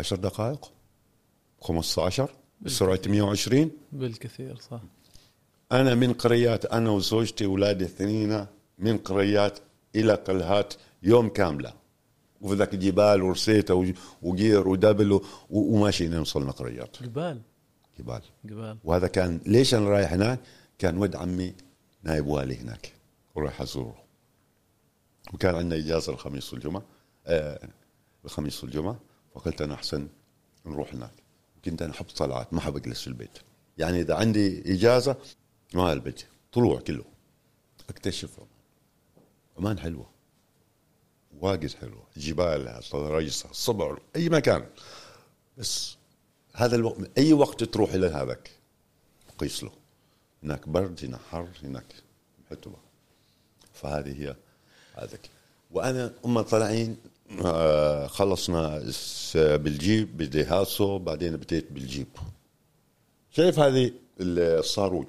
عشر دقائق خمسة عشر بسرعة مية وعشرين بالكثير صح. أنا من قريات، أنا وزوجتي وولادي اثنين من قريات إلى قلهات يوم كاملة، وفي ذاك جبال ورسيته وجير ودبل وماشيين نوصلنا قريات جبال جبال جبال. وهذا كان ليش أنا رايح هناك؟ كان ود عمي نائب والي هناك ورايح أزوره، وكان عندنا إجازة الخميس والجمعة آه الخميس والجمعة، فقلت أنا أحسن نروح هناك. كنت أنا أحب طلعات، ما أحب أجلس في البيت، يعني إذا عندي إجازة ما البيت طلوع كله أكتشف أمان حلوة، واجد حلوة، جبالها ريسها الصبر أي مكان، بس هذا الوقت أي وقت تروح إلى هذاك قيس له، هناك برد هنا حر هناك حلوة. فهذه هي هذاك. وأنا أما طالعين آه خلصنا بالجيب بديهاسو، بعدين بديت بالجيب. شايف هذه الصاروج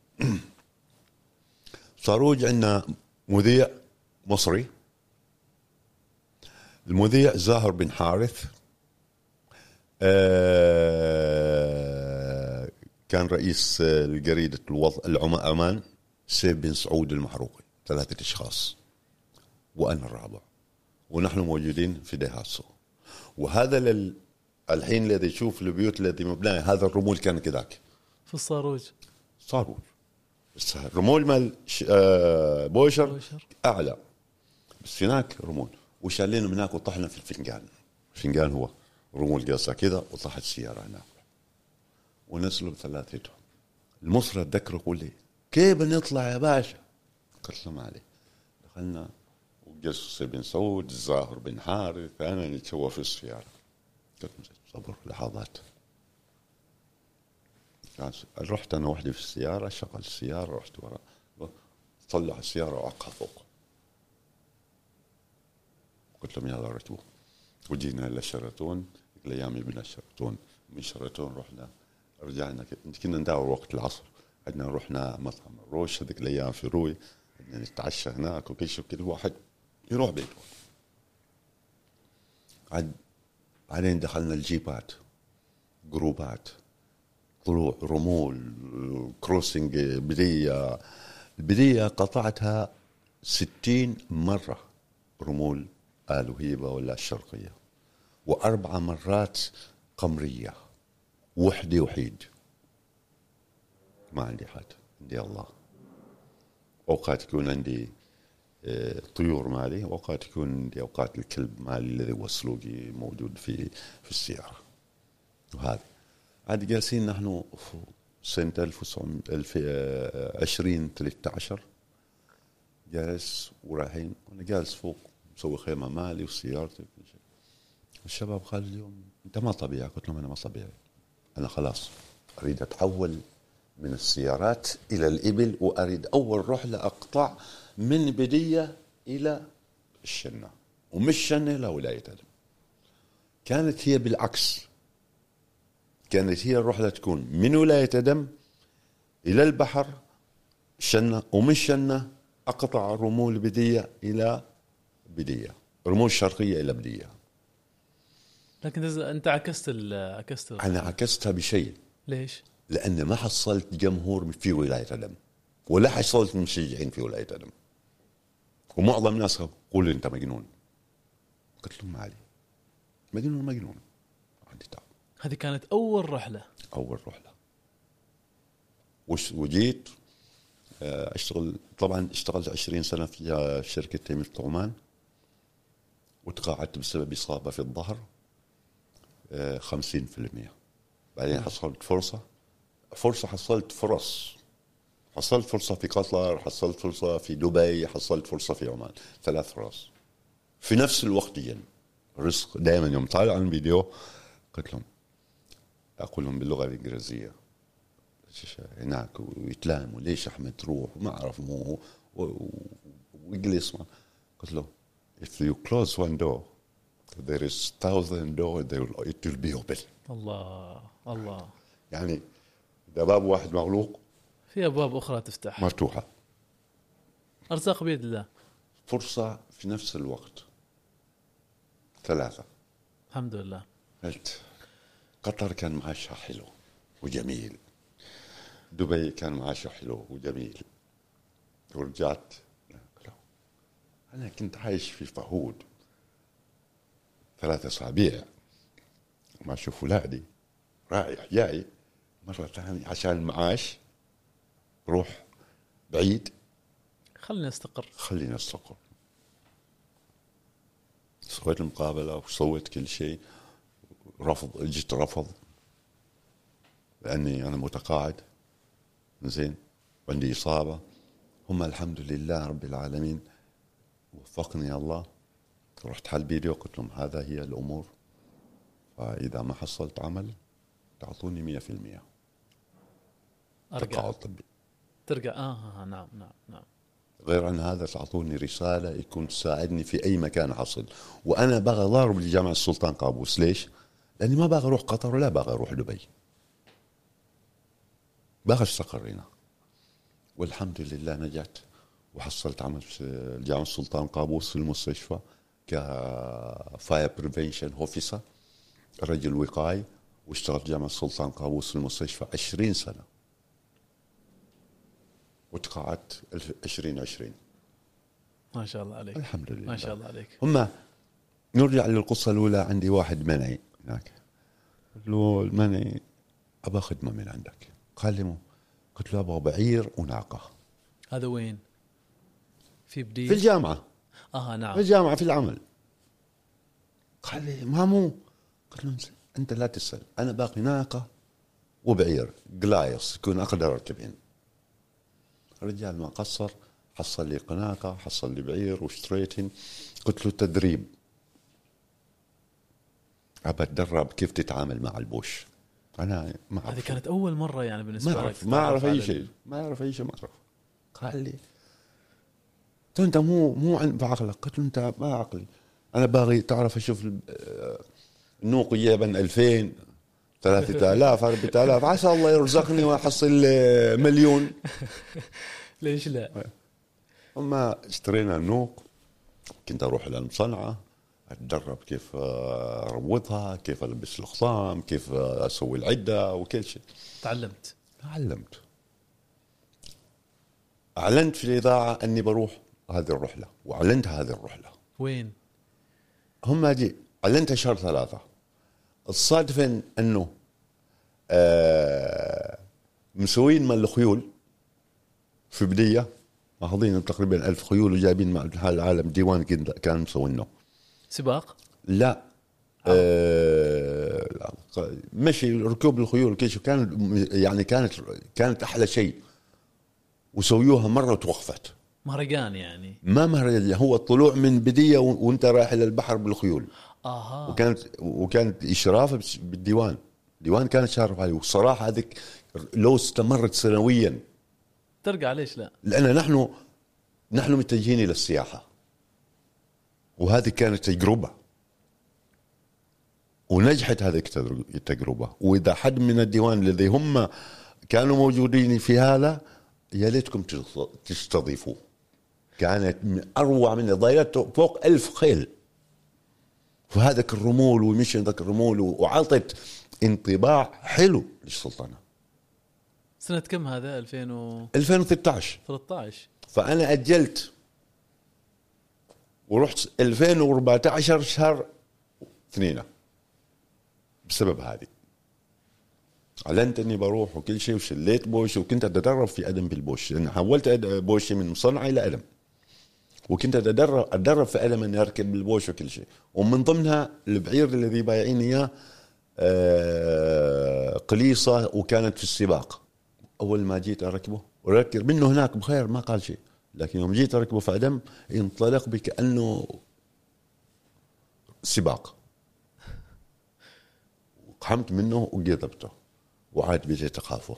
صاروج عندنا مذيع مصري، المذيع زاهر بن حارث آه كان رئيس الجريدة الوضع عمان، سيف بن سعود المحروقي، ثلاثة أشخاص وأنا الرابع، ونحن موجودين في دهاسو. وهذا لل... الحين الذي يشوف البيوت التي مبنية هذا الرمول كان كذاك في الصاروج صاروج، بس الرمول مال آه بوشر, بوشر أعلى، بس هناك رمول وشالينا من هناك وطحنا في الفنجان. الفنجان هو رمول قاسة كذا، وطحت السيارة هناك ونزلوا بثلاثته. المصري اتذكر يقول لي كيف نطلع يا باشا؟ قلت له ما عليه. دخلنا وجلس بن سعود الزاهر بن حارث أنا نتشوف في السيارة. قلت صبر لحظات. رحت أنا وحدي في السيارة، شغل السيارة، رحت وراء طلع السيارة وعقها فوق. قلت لهم يلا رتبوا، وجينا إلى شرطون. الأيام يبنى شرطون، من شرطون رحنا رجعنا كنا نداور وقت العصر، عندنا رحنا مطعم الروش هذيك الأيام في روي، بدنا نتعشى هناك وكل شيء، كل واحد يروح بيته. عد بعدين دخلنا الجيبات، جروبات، طلوع رمول، كروسنج، بدية. البدية قطعتها ستين مرة رمول آل وهيبة ولا الشرقية، وأربع مرات قمرية، وحدي وحيد، ما عندي حد، عندي الله. أوقات يكون عندي طيور مالي، وأوقات يكون عندي أوقات الكلب مالي الذي هو سلوقي موجود في في السيارة. وهذا عاد جالسين نحن سنة ألف وعشرين ثلاثة عشر جالس ورايحين، وأنا جالس فوق مسوي خيمة مالي وسيارتي. الشباب قال اليوم أنت ما طبيعي. قلت لهم أنا ما طبيعي، أنا خلاص أريد أتحول من السيارات إلى الإبل، وأريد أول رحلة أقطع من بدية إلى الشنة، ومش شنة إلى ولاية أدم. كانت هي بالعكس، كانت هي الرحلة تكون من ولاية أدم إلى البحر شنة، ومش شنة أقطع رمول بدية إلى بدية، رمول شرقية إلى بدية. لكن أنت عكست عكست أنا عكستها بشيء. ليش؟ لأن ما حصلت جمهور في ولاية أدم، ولا حصلت مشجعين في ولاية أدم، ومعظم الناس يقول أنت مجنون. قلت لهم ما علي، مجنون مجنون عندي تعب. هذه كانت أول رحلة أول رحلة وش وجيت أشتغل. طبعا اشتغلت عشرين سنة في شركة تيمير عمان، وتقاعدت بسبب إصابة في الظهر خمسين في المية. بعدين حصلت فرصة فرصة حصلت فرص حصلت فرصة في قطر، حصلت فرصة في دبي، حصلت فرصة في عمان، ثلاث فرص في نفس الوقت. يعني رزق دائما. يوم طالع عن الفيديو قلت لهم، أقول لهم باللغة الإنجليزية هناك ويتلاموا ليش أحمد تروح وما أعرف مو ويجلس. قلت له if you close one door there is thousand door they will, it will be open. الله الله. يعني إذا باب واحد مغلوق في أبواب أخرى تفتح مفتوحة. أرزاق بيد الله. فرصة في نفس الوقت ثلاثة. الحمد لله. قلت قطر كان معاشها حلو وجميل، دبي كان معاشها حلو وجميل، ورجعت أنا كنت عايش في فهود ثلاثة أسابيع ما أشوف أولادي، رايح جاي مرة ثانية عشان المعاش روح بعيد، خلينا نستقر خلينا نستقر. سويت المقابلة وسويت كل شيء، رفض، جيت رفض لأني أنا متقاعد زين وعندي إصابة. هم الحمد لله رب العالمين وفقني الله، رحت حل فيديو قلت لهم هذا هي الأمور، فإذا ما حصلت عمل تعطوني مية في المية تقاعد طبي، ترجع آه, آه نعم نعم نعم. غير عن هذا تعطوني رسالة يكون تساعدني في أي مكان حصل. وأنا باغي ضارب لجامعة السلطان قابوس. ليش؟ لأني ما باغي أروح قطر ولا باغي أروح دبي، باغي أستقر هنا. والحمد لله نجحت وحصلت عمل في الجامعة السلطان قابوس في المستشفى كفاير بريفنشن اوفيسر، رجل وقاية، واشتغلت جامعة السلطان قابوس في المستشفى عشرين سنة، وتقاعدت عشرين عشرين. ما شاء الله عليك. الحمد لله ما شاء الله عليك. هم نرجع للقصة الأولى. عندي واحد منعي هناك، قلت له المنعي أبغى خدمة من عندك. قال لي مو. قلت له أبغى بعير وناقة. هذا وين؟ في بدي في الجامعة. آه نعم في الجامعة في العمل. قال لي مامو. قلت له أنت لا تسأل، أنا باقي ناقة وبعير جلايص يكون أقدر أركبين. الرجال ما قصر، حصل لي قناقة، حصل لي بعير واشتريتين. قلت له تدريب، أبى أتدرب كيف تتعامل مع البوش. أنا ما هذه كانت أول مرة يعني بالنسبة ما لك؟ أعرف ما أعرف أي شيء، ما أعرف أي شيء ما أعرف. قال لي أنت مو مو بعقلك. قلت له أنت ما عقلي، أنا باغي تعرف أشوف النوق جيبا ألفين ثلاثة آلاف أربعة آلاف، عسى الله يرزقني وأحصل مليون. ليش لا؟ أما اشترينا النوق، كنت أروح إلى المصنعة أتدرب كيف أروضها، كيف ألبس الخصام، كيف أسوي العدة وكل شيء. تعلمت تعلمت أعلنت في الإذاعة أني بروح هذه الرحلة، وأعلنت هذه الرحلة. وين؟ هم دي أعلنتها شهر ثلاثة. الصادف أنه آه مسوين من الخيول في بدية، ماخذين تقريبا ألف خيول وجايبين مع العالم ديوان كان مسوينه سباق. لا آه مشي ركوب الخيول كيش كان يعني كانت كانت أحلى شيء، وسويوها مرة وتوقفت. مهرجان يعني؟ ما مهرجان، هو الطلوع من بدية وانت رايح إلى البحر بالخيول. آها. وكانت وكانت إشراف بالديوان، ديوان كانت شارف عليه. والصراحة هذيك لو استمرت سنويا ترجع. ليش لا؟ لأن نحن نحن متجهين إلى السياحة، وهذه كانت تجربة ونجحت هذه التجربة. وإذا حد من الديوان الذي هم كانوا موجودين في هذا يا ليتكم تستضيفوه. كانت من أروع من ضيعت فوق ألف خيل وهذاك الرمول ومشي ذاك الرمول، وعطت انطباع حلو للسلطنة. سنة كم هذا؟ ألفين و... ألفين وثلاثة عشر. ثلاثة عشر. فأنا أجلت ورحت ألفين وأربعة عشر شهر اثنين بسبب هذه. أعلنت أني بروح وكل شيء، وشليت بوش، وكنت أتدرب في أدم بالبوش، لأن حولت بوشي من مصنع إلى أدم، وكنت أتدرب أتدرب في أدم أني أركب بالبوش وكل شيء. ومن ضمنها البعير الذي بايعيني إياه آه قليصة، وكانت في السباق. أول ما جيت أركبه وركب منه هناك بخير ما قال شيء، لكن يوم جيت أركبه في أدم ينطلق بي كأنه سباق. قحمت منه وقضبته وعاد بجيت أخافه،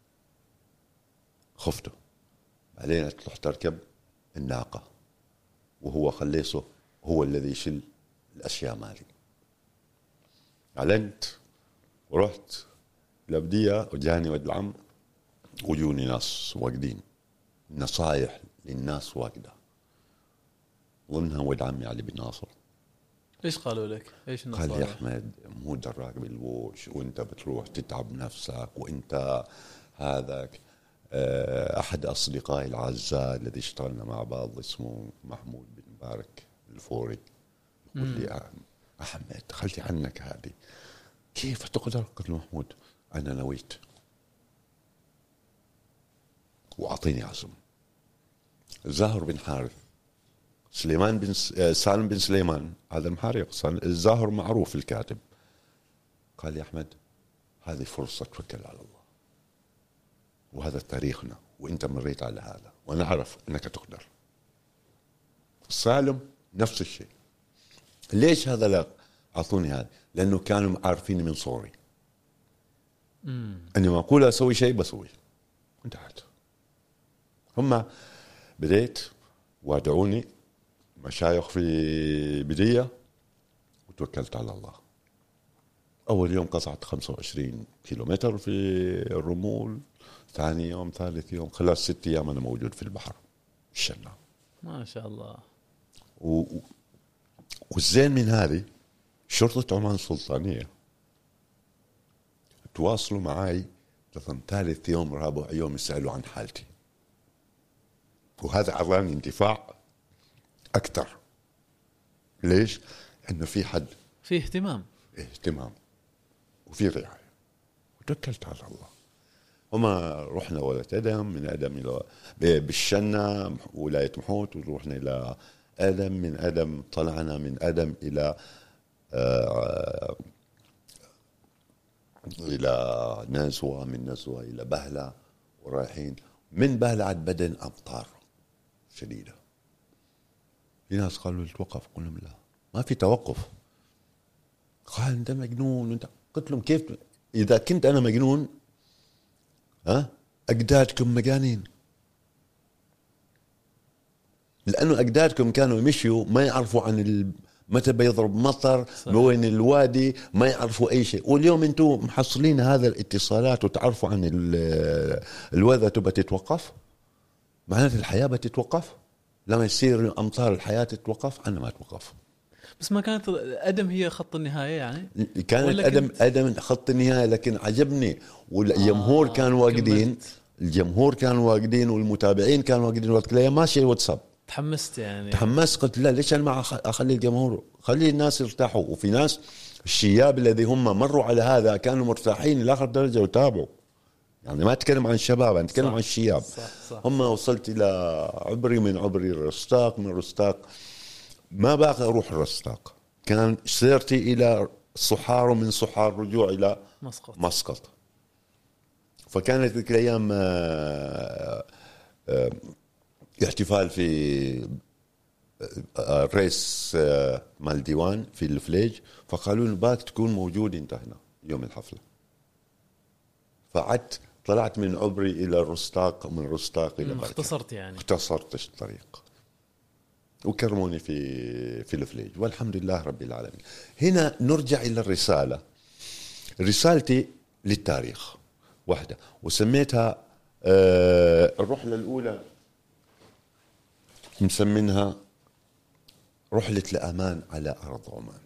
خفته. بعدين تروح تركب الناقة وهو خليصه هو الذي يشيل الأشياء مالي. أعلنت ورحت لبدية، وجاني ولد العم وجوني ناس واقدين، نصايح للناس واقدة، ضمنها ولد عمي علي بن ناصر ايش قالوا لك؟ ايش النصائح؟ قال لي احمد مو دراك بالبوش وانت بتروح تتعب نفسك وانت هذاك. احد اصدقائي الاعزاء الذي اشتغلنا مع بعض اسمه محمود بن مبارك الفوري يقول لي احمد خلتي عنك هذه كيف تقدر؟ قلت له محمود انا نويت واعطيني عزم. زاهر بن حارث سليمان بن سالم بن سليمان هذا المحارق الزاهر معروف الكاتب قال لي أحمد هذه فرصة توكل على الله وهذا تاريخنا وانت مريت على هذا وانا اعرف انك تقدر. سالم نفس الشيء. ليش هذا لا اعطوني هذا؟ لانه كانوا عارفيني من صغري اني ما اقول اسوي شيء بسوي انتهت. هم بديت وادعوني مشايخ في بدية وتوكلت على الله. أول يوم قطعت خمسة وعشرين كيلومتر في الرمول، ثاني يوم ثالث يوم خلال ست أيام أنا موجود في البحر الشنا ما شاء الله. و... والزين من هذه شرطة عمان السلطانية تواصلوا معي مثلا ثالث يوم رابع يوم يسألوا عن حالتي، وهذا أعطاني انتفاع أكثر. ليش؟ إنه في حد في اهتمام اهتمام وفي رعاية وتوكلت على الله. هما رحنا ولاية أدم، من أدم إلى بالشنة ولاية محوت، ورحنا إلى أدم، من أدم طلعنا من أدم إلى آه إلى نزوة، من نزوة إلى بهلة، ورايحين من بهلة عاد بدن أمطار شديدة. في ناس قالوا لي توقف، قلنا لا ما في توقف. قال أنت مجنون أنت. قلت لهم كيف إذا كنت أنا مجنون ها أجدادكم مجانين، لأنه أجدادكم كانوا يمشوا ما يعرفوا عن ال... متى بيضرب مطر وين الوادي، ما يعرفوا أي شيء. واليوم أنتم محصلين هذا الاتصالات وتعرفوا عن الوضع، تبى تتوقف معناته الحياة بتتوقف. لما يصير أمطار الحياة تتوقف، أنا ما أتوقف. بس ما كانت أدم هي خط النهاية يعني؟ كانت أدم أدم خط النهاية، لكن عجبني والجمهور آه كانوا واقدين، الجمهور كانوا واقدين والمتابعين كانوا واقدين. وقت لا ماشي الواتساب تحمست يعني تحمست، قلت لا ليش أنا ما أخلي الجمهور، خلي الناس يرتاحوا. وفي ناس الشياب الذي هم مروا على هذا كانوا مرتاحين لآخر درجة وتابعوا. يعني ما أتكلم عن الشباب، أنا أتكلم عن الشياب. صح صح. هم وصلت إلى عبري، من عبري الرستاق، من الرستاق ما باقي أروح الرستاق، كان سيرتي إلى صحار، ومن صحار رجوع إلى مسقط. مسقط. فكانت ذيك الأيام احتفال في ريس مال ديوان في الفليج، فقالوا لي باك تكون موجود انت هنا يوم الحفلة. فعدت طلعت من عبري إلى الرستاق، من الرستاق إلى اختصرت يعني اختصرت الطريق وكرموني في في الفليج، والحمد لله رب العالمين. هنا نرجع إلى الرسالة. رسالتي للتاريخ واحدة، وسميتها آه الرحلة الأولى مسمينها رحلة الأمان على أرض عمان.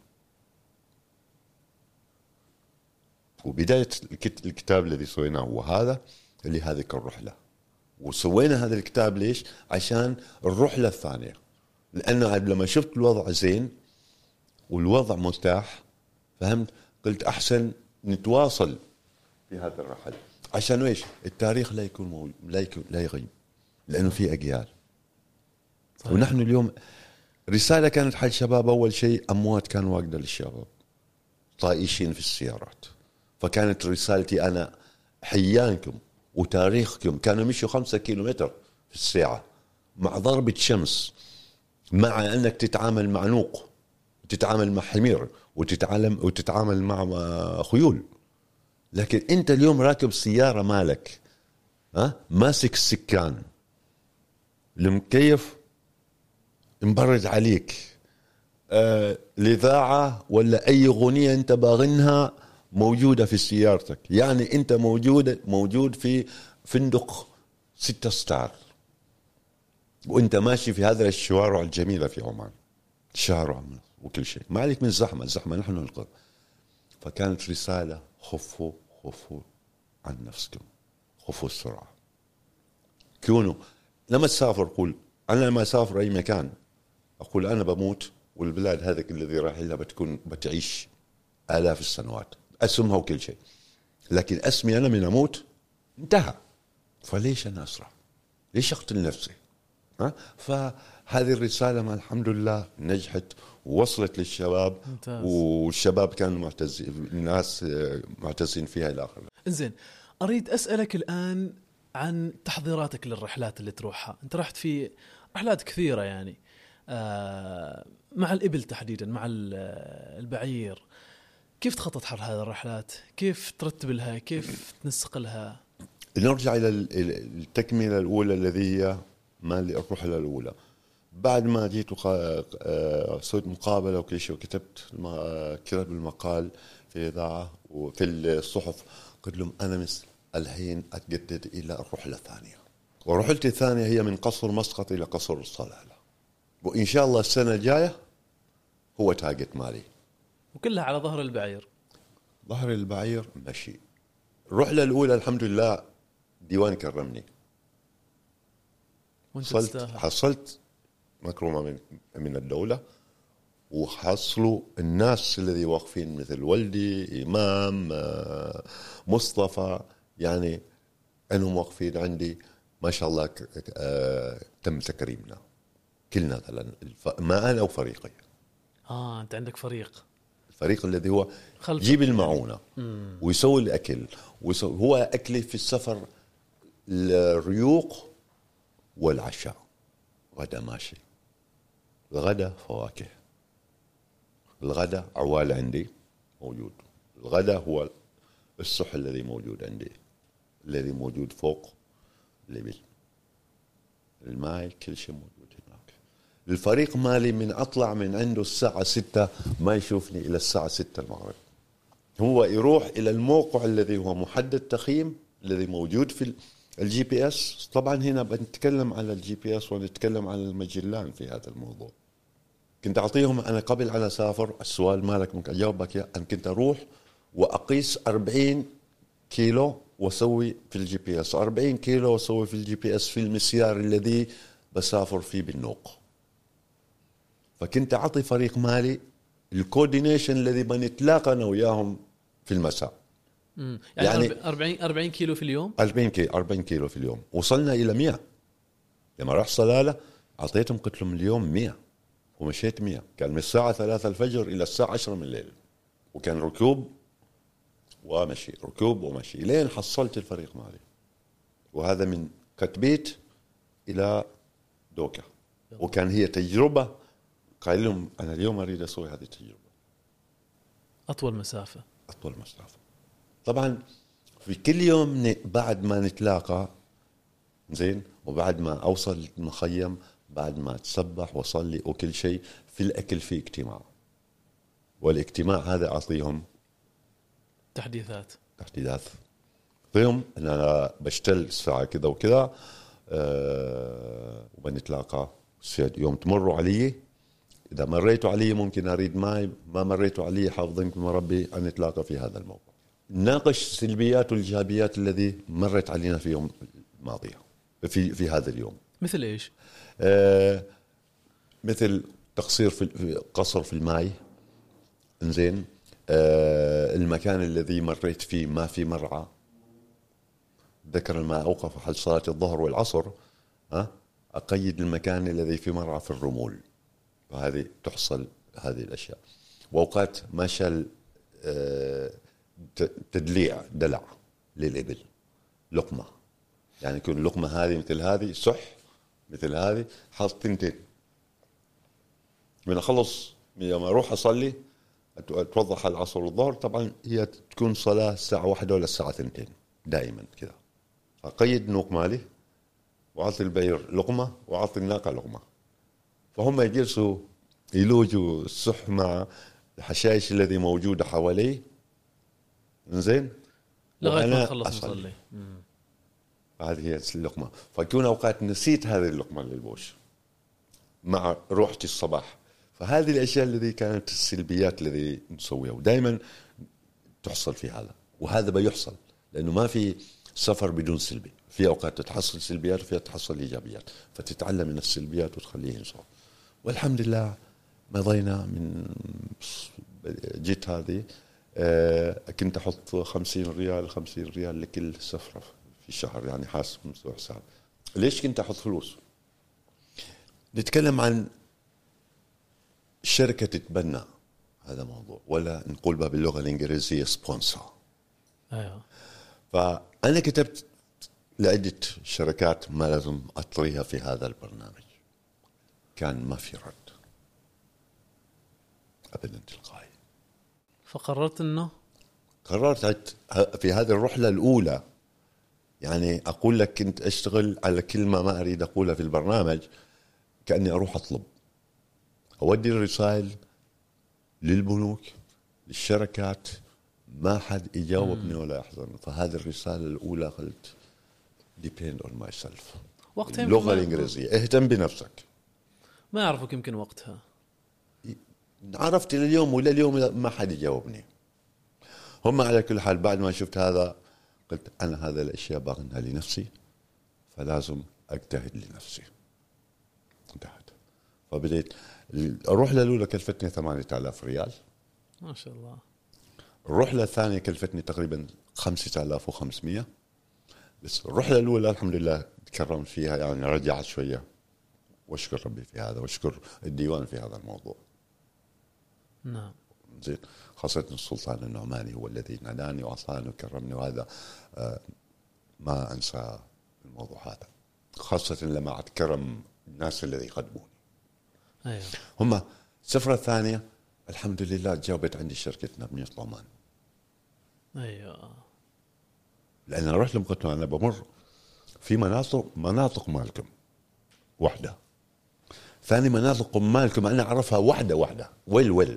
وبداية الكتاب الذي سويناه هو هذا اللي هذه الرحلة. وسوينا هذا الكتاب ليش؟ عشان الرحلة الثانية، لأنه لما شفت الوضع زين والوضع مرتاح فهمت، قلت أحسن نتواصل في هذا الرحلة. عشان إيش؟ التاريخ لا يكون موجود، لا يكون لا يغيب، لأنه في أجيال. صحيح. ونحن اليوم رسالة كانت حال شباب. أول شيء أموات كانوا واقدة للشباب طائشين في السيارات، فكانت رسالتي أنا حيانكم وتاريخكم. كانوا مشوا خمسة كيلومتر في الساعة مع ضربة شمس، مع أنك تتعامل مع نوق، وتتعامل مع حمير، وتتعلم وتتعامل مع خيول. لكن أنت اليوم راكب سيارة مالك، ها ماسك السكان، المكيف مبرد عليك، آه الإذاعة ولا أي أغنية أنت باغنها موجودة في سيارتك. يعني أنت موجود موجود في فندق ستة ستار، وأنت ماشي في هذا الشوارع الجميلة في عمان، شارع وكل شيء، ما عليك من الزحمة، الزحمة نحن ننقذ. فكانت رسالة: خفوا خفوا عن نفسكم، خفوا السرعة. كونوا لما تسافر قول أنا لما أسافر أي مكان أقول أنا بموت والبلاد هذيك الذي راح لها بتكون بتعيش آلاف السنوات، أسمها وكل شيء، لكن أسمي أنا من أموت انتهى. فليش أنا أسرع؟ ليش أقتل نفسي؟ ها؟ فهذه الرسالة ما الحمد لله نجحت ووصلت للشباب. ممتاز. والشباب كانوا معتزين، الناس معتزين فيها إلى آخره. إنزين، أريد أسألك الآن عن تحضيراتك للرحلات اللي تروحها. أنت رحت في رحلات كثيرة يعني آه مع الإبل تحديدا، مع البعير. كيف تخطط حر هذه الرحلات؟ كيف ترتب لها؟ كيف تنسق لها؟ نرجع إلى التكملة الأولى الذي هي ما اللي الرحلة الأولى. بعد ما جيت وسويت مقابلة وكل شيء وكتبت كتب المقال في إذاعة وفي الصحف، قلت لهم أنا مثل الحين أتجدد إلى الرحلة الثانية، ورحلتي الثانية هي من قصر مسقط إلى قصر الصلالة، وإن شاء الله السنة الجاية هو تاجت مالي، وكلها على ظهر البعير. ظهر البعير مشي. الرحلة الأولى الحمد لله ديوان كرمني، حصلت حصلت مكرمة من من الدولة، وحصلوا الناس الذي واقفين مثل والدي إمام مصطفى، يعني أنهم واقفين عندي ما شاء الله. تم تكريمنا كلنا مثلا، ما أنا وفريقي. آه أنت عندك فريق، الفريق الذي هو يجيب المعونة ويسوي الأكل، ويسوي هو أكلي في السفر الريوق والعشاء. غدا ماشي، الغدا فواكه، الغدا عوال عندي موجود، الغدا هو الصح الذي موجود عندي، الذي موجود فوق الإبل، الماء كل شيء موجود هناك. الفريق مالي من أطلع من عنده الساعة ستة ما يشوفني إلى الساعة ستة المغرب. هو يروح إلى الموقع الذي هو محدد تخييم الذي موجود في الجي بي اس. طبعا هنا بنتكلم على الجي بي اس ونتكلم على المجلان في هذا الموضوع. كنت أعطيهم أنا قبل أن أسافر السؤال مالك ممكن أجاوبك يا أن كنت أروح وأقيس أربعين كيلو وأسوي في الجي بي اس، أربعين كيلو وأسوي في الجي بي اس في المسيار الذي بسافر فيه بالنوق. فكنت أعطي فريق مالي الكوردينيشن الذي بنتلاقى أنا وياهم في المساء. يعني, يعني أربعين أربعين كيلو في اليوم، أربعين كيلو أربعين كيلو في اليوم. وصلنا إلى مئة لما راح صلالة، أعطيتهم قلت لهم اليوم مئة، ومشيت مئة. كان من الساعة ثلاثة الفجر إلى الساعة عشرة من الليل، وكان ركوب ومشي ركوب ومشي لين حصلت الفريق مالي. وهذا من كتبيت إلى دوكا، وكان هي تجربة. قال لهم أنا اليوم أريد أسوي هذه التجربة، أطول مسافة أطول مسافة. طبعا في كل يوم بعد ما نتلاقى زين، وبعد ما أوصل المخيم، بعد ما أتسبح وصلي وكل شيء، في الأكل في اجتماع، والاجتماع هذا أعطيهم تحديثات تحديثات فيهم أن أنا بشتل الساعة كذا وكذا أه وبنتلاقى يوم تمروا علي، إذا مريتوا علي ممكن أريد ماي، ما مريتوا علي حافظينكم ربي أن نتلاقى في هذا الموقع. ناقش سلبيات والإيجابيات الذي مرت علينا في يوم الماضية في في هذا اليوم. مثل إيش؟ آه مثل تقصير في قصر في الماء، إنزين. آه المكان الذي مريت فيه ما في مرعى، ذكر الماء أوقف حل صلاة الظهر والعصر، ها أقيد المكان الذي في مرعى في الرمول. وهذه تحصل هذه الأشياء. وأوقات ما شال آه تدليع دلع للإبل، لقمة، يعني يكون اللقمة هذه مثل هذه صح مثل هذه، حاط تنتين من أخلص لما أروح أصلي أتوضح العصر والظهر. طبعا هي تكون صلاة الساعة واحدة ولا الساعة ثنتين دائما كذا. أقيد نوق مالي وأعطي البعير لقمة وأعطي الناقة لقمة، فهم يجلسوا يلوجوا الصح مع الحشائش الذي موجودة حواليه، إنزين، لغاية ما خلص نصلي. هذه هي اللقمة. فيكون أوقات نسيت هذه اللقمة للبوش مع روحتي الصباح، فهذه الأشياء التي كانت السلبيات الذي نسويها، ودائما تحصل في هذا، وهذا بيحصل لأنه ما في سفر بدون سلبي. في أوقات تتحصل سلبيات وفي تحصل إيجابيات، فتتعلم من السلبيات وتخليه ينصر. والحمد لله مضينا من جيت هذه آه كنت أحط خمسين ريال خمسين ريال لكل سفرة في الشهر، يعني حاسب مسوي حساب. ليش كنت أحط فلوس؟ نتكلم عن الشركة تتبنى هذا موضوع، ولا نقول بها باللغة الإنجليزية سبونسر. أيوة. فأنا كتبت لعدة شركات ما لازم أطريها في هذا البرنامج، كان ما في رد أبدا تلقائي. فقررت أنه قررت في هذه الرحلة الأولى، يعني أقول لك كنت أشتغل على كلمة ما أريد أقولها في البرنامج، كأني أروح أطلب أودي الرسائل للبنوك للشركات، ما حد يجاوبني ولا يحضرني. فهذه الرسالة الأولى قلت depend on myself. وقتها اللغة الإنجليزية اهتم بنفسك. ما يعرفك يمكن وقتها. عرفت لليوم ولا اليوم ما حد يجاوبني. هم على كل حال بعد ما شفت هذا قلت أنا هذا الأشياء باغنها لنفسي، فلازم أجتهد لنفسي. انتهت. فبديت الرحلة الأولى كلفتني ثمانية آلاف ريال ما شاء الله. الرحلة الثانية كلفتني تقريبا خمسة آلاف وخمسمية. بس الرحلة الأولى الحمد لله تكرمت فيها، يعني رجعت شوية، واشكر ربي في هذا واشكر الديوان في هذا الموضوع. نعم. زين. خاصة السلطان النعماني هو الذي ناداني وعصاني وكرمني، وهذا آه ما أنسى الموضوع هذا، خاصة لما أتكرم الناس الذي يقدموني. أيوة. هم السفرة الثانية الحمد لله جاوبت عندي شركتنا بنية طمان. أيوة. لأن أنا رحت لهم قلت أنا بمر في مناطق مناطق مالكم واحدة، ثاني مناطق مالكم أنا أعرفها واحدة واحدة ويل ويل.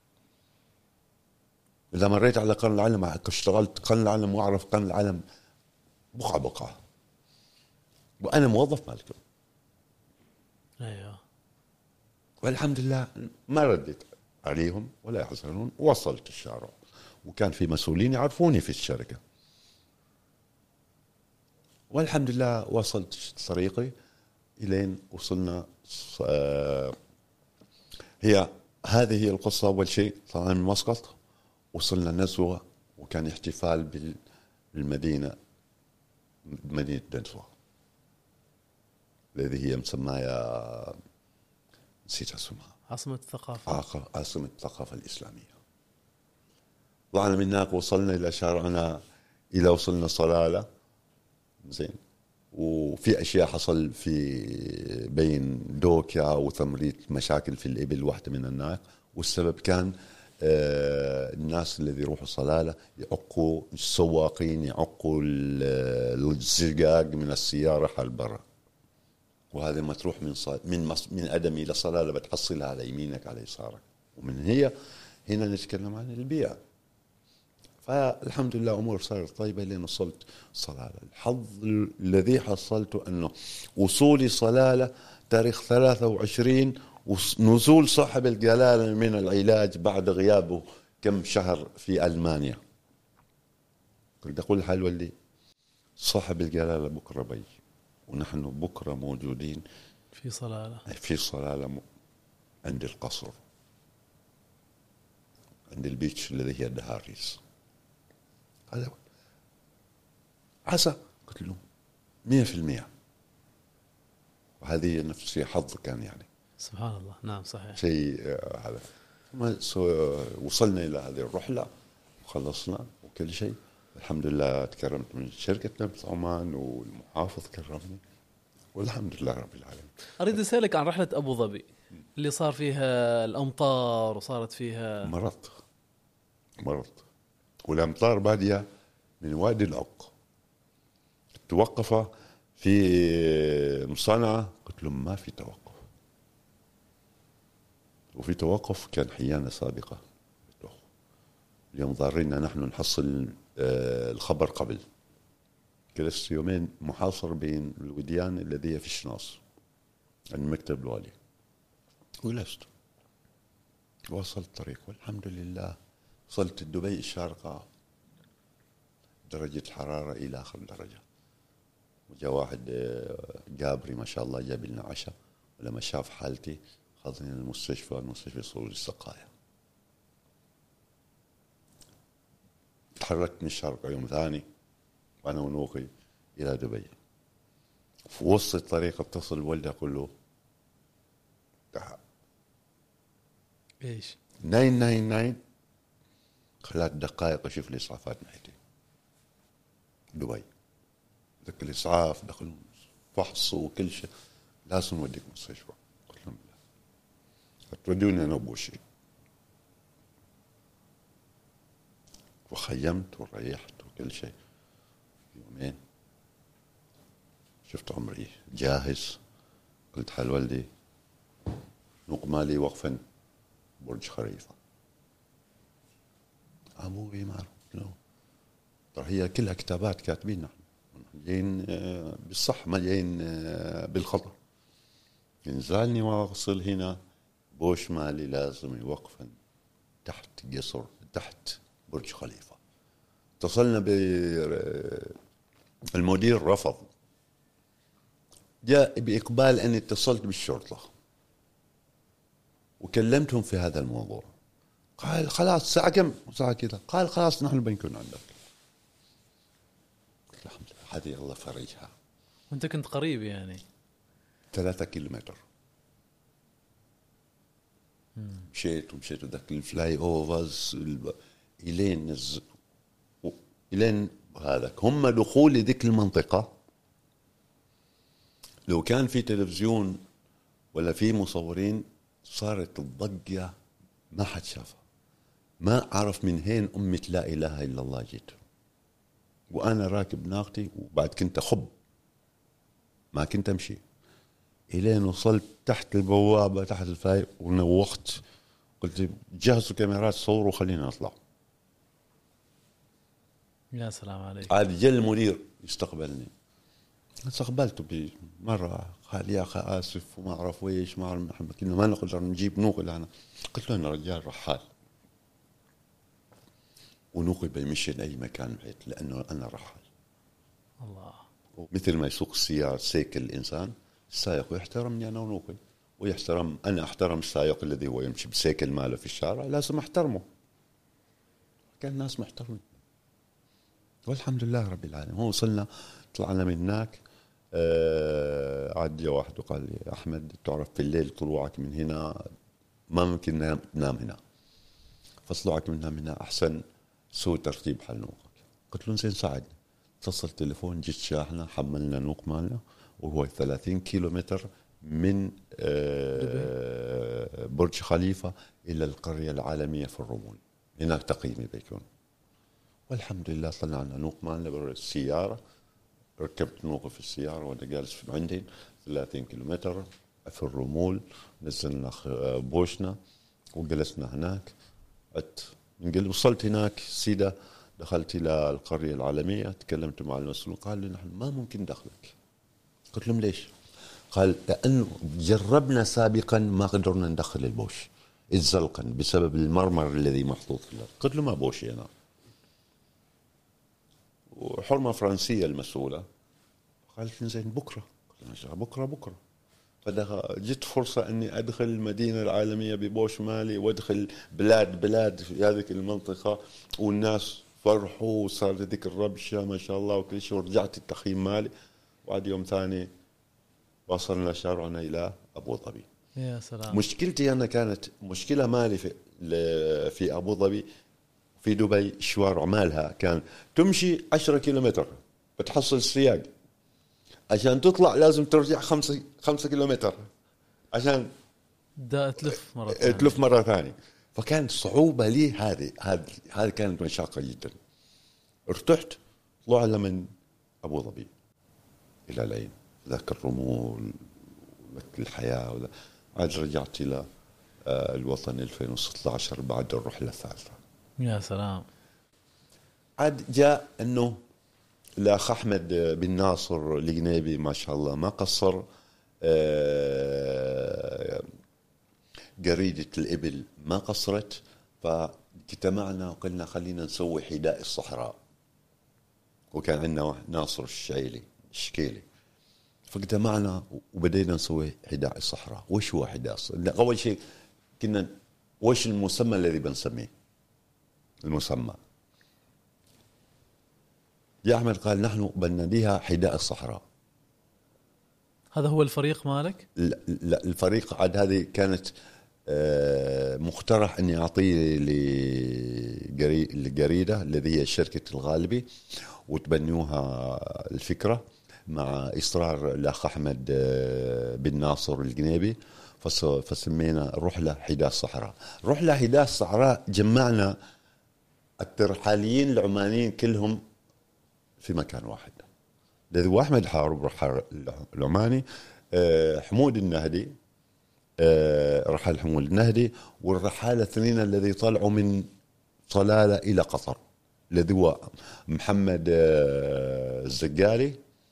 إذا مريت على قرن العالم اشتغلت قرن العالم وأعرف قرن العالم بقعة بقعة، وأنا موظف مالكم. أيوة. والحمد لله ما رديت عليهم ولا يحزنون، وصلت الشارع وكان في مسؤولين يعرفوني في الشركة، والحمد لله وصلت طريقي إلين وصلنا. هي هذه هي القصة. أول شيء طلعنا من مسقط، وصلنا نزوة، وكان احتفال بالمدينة مدينة نزوة الذي هي مسماها نسيت اسمها، عاصمة الثقافة. عاصمة الثقافة الإسلامية. طلعنا من هناك وصلنا إلى شارعنا، إلى وصلنا صلالة. زين. وفي أشياء حصل في بين دوكيا وثمريت مشاكل في الإبل واحدة من الناق، والسبب كان آه الناس الذي يروحوا صلالة يعقوا السواقين، يعقوا الزقاق من السيارة حال برا، وهذا ما تروح من صال من مص من أدم إلى صلالة بتحصلها على يمينك على يسارك. ومن هي هنا نتكلم عن البيئة. فالحمد لله أمور صارت طيبة لين وصلت صلالة. الحظ الذي حصلته أنه وصولي صلالة تاريخ ثلاثة وعشرين، ونزول صاحب الجلالة من العلاج بعد غيابه كم شهر في ألمانيا. كنت أقول حلوة اللي صاحب الجلالة بكرة بي، ونحن بكرة موجودين في صلالة في صلالة عند القصر، عند البيتش الذي هي الدهاريس. هذا عسى قلت له مية في المية، وهذه نفس حظ كان يعني. سبحان الله. نعم صحيح. شيء هذا. ثم وصلنا إلى هذه الرحلة وخلصنا وكل شيء الحمد لله. تكرمت من شركة نبض عمان، والمحافظ كرمني، والحمد لله رب العالمين. أريد أسألك عن رحلة أبو ظبي اللي صار فيها الأمطار وصارت فيها مرض مرض والأمطار بادية من وادي العق. توقف في مصانعة، قلت لهم ما في توقف، وفي توقف كان حيانة سابقة. اليوم ضارينا نحن نحصل الخبر قبل. جلست يومين محاصر بين الوديان الذي هي في الشناص عند مكتب الوالي، ولست وصلت طريق والحمد لله. وصلت دبي الشارقة، درجة الحرارة إلى آخر درجة. وجاء واحد جابري ما شاء الله جاب لنا عشاء، ولما شاف حالتي خذني المستشفى، المستشفى صوري السقاية. تحركت من الشارقة يوم ثاني وأنا ونوقي إلى دبي. في وسط الطريق اتصل بولدي أقول له تعال ايش ناين ناين ناين. خلال دقائق أشوف الإسعافات ناحيتي دبي. ذاك الإسعاف دخلوا فحص وكل شيء، لازم نوديك مستشفى. قلت لهم لا، تودوني أنا أبوشي. وخيمت وريحت وكل شيء. يومين شفت عمري جاهز. قلت حال والدي نوق مالي وقفا برج خليفة. أبوي ما أعرف ترى هي كلها كتابات كاتبين نحن جايين بالصح، ما جايين بالخطأ. ينزلني واصل هنا بوش مالي لازم يوقفا تحت قصر تحت برج خليفة. اتصلنا بالمدير رفض. جاء بإقبال أني اتصلت بالشرطة وكلمتهم في هذا الموضوع. قال خلاص ساعة كم؟ ساعة كذا. قال خلاص نحن بنكون عندك. الحمد لله هذه الله فرجها. وانت كنت قريب يعني ثلاثة كيلومتر. مشيت ومشيت ذاك الفلاي اوفرز الين نز... الين هذاك هم دخول ذيك المنطقة. لو كان في تلفزيون ولا في مصورين صارت الضجة ما حد شافها. ما أعرف من هين أمة لا إله إلا الله جيت. وأنا راكب ناقتي وبعد كنت أخب ما كنت أمشي إلين وصلت تحت البوابة تحت الفاي ونوخت. قلت جهزوا كاميرات صوروا خلينا نطلع. يا سلام عليك. عاد جاء المدير يستقبلني. استقبلته بمرة. قال يا أخي آسف وما أعرف ويش ما أعرف كنا ما نقدر نجيب نوقي أنا. قلت له أنا رجال رحال ونوقي بيمشي لأي مكان بعيد لأنه أنا رحال. الله. مثل ما يسوق السيارة سيكل الإنسان السائق يحترمني أنا ونوقي ويحترم أنا أحترم السائق الذي هو يمشي بسيكل ماله في الشارع لازم أحترمه. كان الناس محترمين والحمد لله رب العالمين. هو وصلنا طلعنا من هناك. آه عاد جاء واحد وقال لي أحمد تعرف في الليل طلوعك من هنا ما ممكن تنام هنا، فطلوعك من هنا أحسن سوي ترتيب حل نوقك. قلت له زين ساعدني. اتصل تليفون جيت شاحنة حملنا نوق مالنا وهو ثلاثين كيلو متر من آه برج خليفة إلى القرية العالمية في الرمول. هناك تقييمي بيكون. والحمد لله طلعنا نوق مالنا بالسيارة. ركبت نوقف في السيارة وأنا جالس في عندي ثلاثين كيلومتر في الرمول. نزلنا بوشنا وجلسنا هناك. وصلت هناك سيدة دخلت إلى القرية العالمية تكلمت مع المسؤول قال لي نحن ما ممكن دخلك. قلت لهم ليش؟ قال لأنه جربنا سابقا ما قدرنا ندخل البوش الزلقا بسبب المرمر الذي محطوط في الأرض. قلت له ما بوشي أنا. وحرمة فرنسية المسؤولة قالت لي زين بكرة. قلت له بكرة بكرة. فجت فرصة أني أدخل المدينة العالمية ببوش مالي وأدخل بلاد بلاد في هذه المنطقة والناس فرحوا وصار ذيك الربشة ما شاء الله وكل شيء. ورجعت التخييم مالي وعاد يوم ثاني وصلنا شارعنا إلى أبو ظبي. يا سلام. مشكلتي أنا كانت مشكلة مالي في في أبو ظبي في دبي. الشوارع مالها كان تمشي عشرة كيلومتر بتحصل السياق عشان تطلع لازم ترجع خمسة خمسة كيلومتر عشان دا تلف مرة ثانية. تلف مرة ثانية. فكانت صعوبة لي هذه هذه هذه كانت مشاقة جدا. ارتحت طلعنا من أبو ظبي إلى العين ذاك الرمول ذاك الحياة ولا. عاد رجعت إلى الوطن ألفين وستة عشر بعد الرحلة الثالثة. يا سلام. عاد جاء أنه الأخ أحمد بن ناصر الجنيبي ما شاء الله ما قصر جريدة الإبل ما قصرت، فاجتمعنا وقلنا خلينا نسوي حداء الصحراء. وكان عندنا ناصر الشعيلي الشكيلي، فاجتمعنا وبدينا نسوي حداء الصحراء. وش هو حداء الصحراء؟ أول شيء كنا وش المسمى الذي بنسميه؟ المسمى يا أحمد قال نحن بناديها حداء الصحراء. هذا هو الفريق مالك؟ لا, لا الفريق عاد هذه كانت مقترح أني أعطيه للجريدة الذي هي شركة الغالبي، وتبنوها الفكرة مع إصرار الأخ أحمد بن ناصر الجنيبي، فسمينا رحلة حداء الصحراء. رحلة حداء الصحراء جمعنا الترحاليين العمانيين كلهم في مكان واحد. الذي أحمد حارب رحال العماني، حمود النهدي رحال حمود النهدي، والرحالة الاثنين الذي طلعوا من صلالة إلى قطر الذي هو محمد الزقالي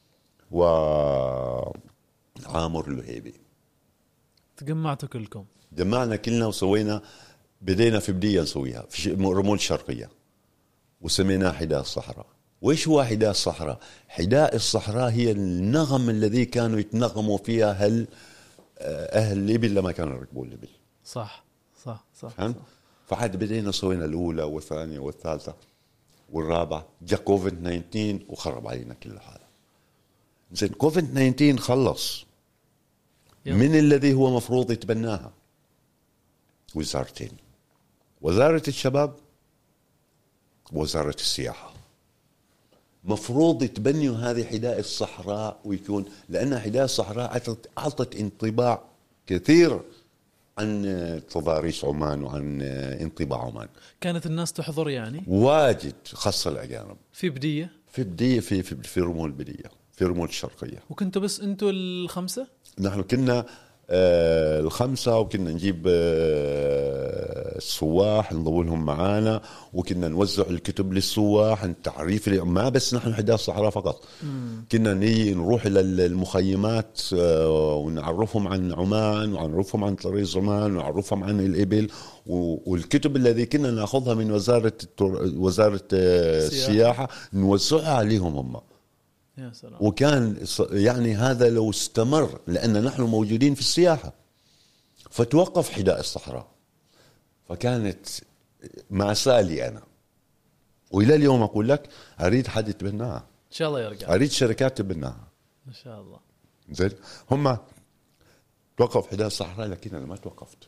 وعامر اللهيبي. تجمعتوا كلكم؟ جمعنا كلنا وسوينا، بدينا في بدية نسويها في رمول شرقية وسميناها حداء الصحراء. وإيش هو حداء الصحراء؟ حداء الصحراء هي النغم الذي كانوا يتنغموا فيها هل أهل الإبل لما كانوا يركبوا الإبل. صح صح صح, صح. فعاد بدينا سوينا الأولى والثانية والثالثة والرابعة. جاء كوفيد تسعة عشر وخرب علينا كل حالة. زين كوفيد تسعة عشر خلص، يلا. من الذي هو مفروض يتبناها؟ وزارتين، وزارة الشباب ووزارة السياحة. مفروض يتبنوا هذه حداء الصحراء ويكون، لأن حداء الصحراء أعطت انطباع كثير عن تضاريس عمان وعن انطباع عمان. كانت الناس تحضر يعني واجد، خاصة الأجانب. في بدية في بدية في في, في رمول بدية في رمول الشرقية. وكنتوا بس أنتوا الخمسة؟ نحن كنا آه الخمسة، وكنا نجيب آه السواح نضو لهم معانا، وكنا نوزع الكتب للسواح التعريف، ما بس نحن حداء الصحراء فقط. مم. كنا نيجي نروح إلى المخيمات آه ونعرفهم عن عمان ونعرفهم عن طريق عمان ونعرفهم عن الإبل، والكتب الذي كنا نأخذها من وزارة وزارة آه السياحة نوزعها عليهم هم. يا سلام. وكان يعني هذا لو استمر، لأن نحن موجودين في السياحة، فتوقف حداء الصحراء. فكانت مأساة لي أنا، وإلى اليوم أقول لك أريد حد يتبناها إن شاء الله يرجع، أريد شركات تبناها إن شاء الله. زين هم توقف حداء الصحراء، لكن أنا ما توقفت.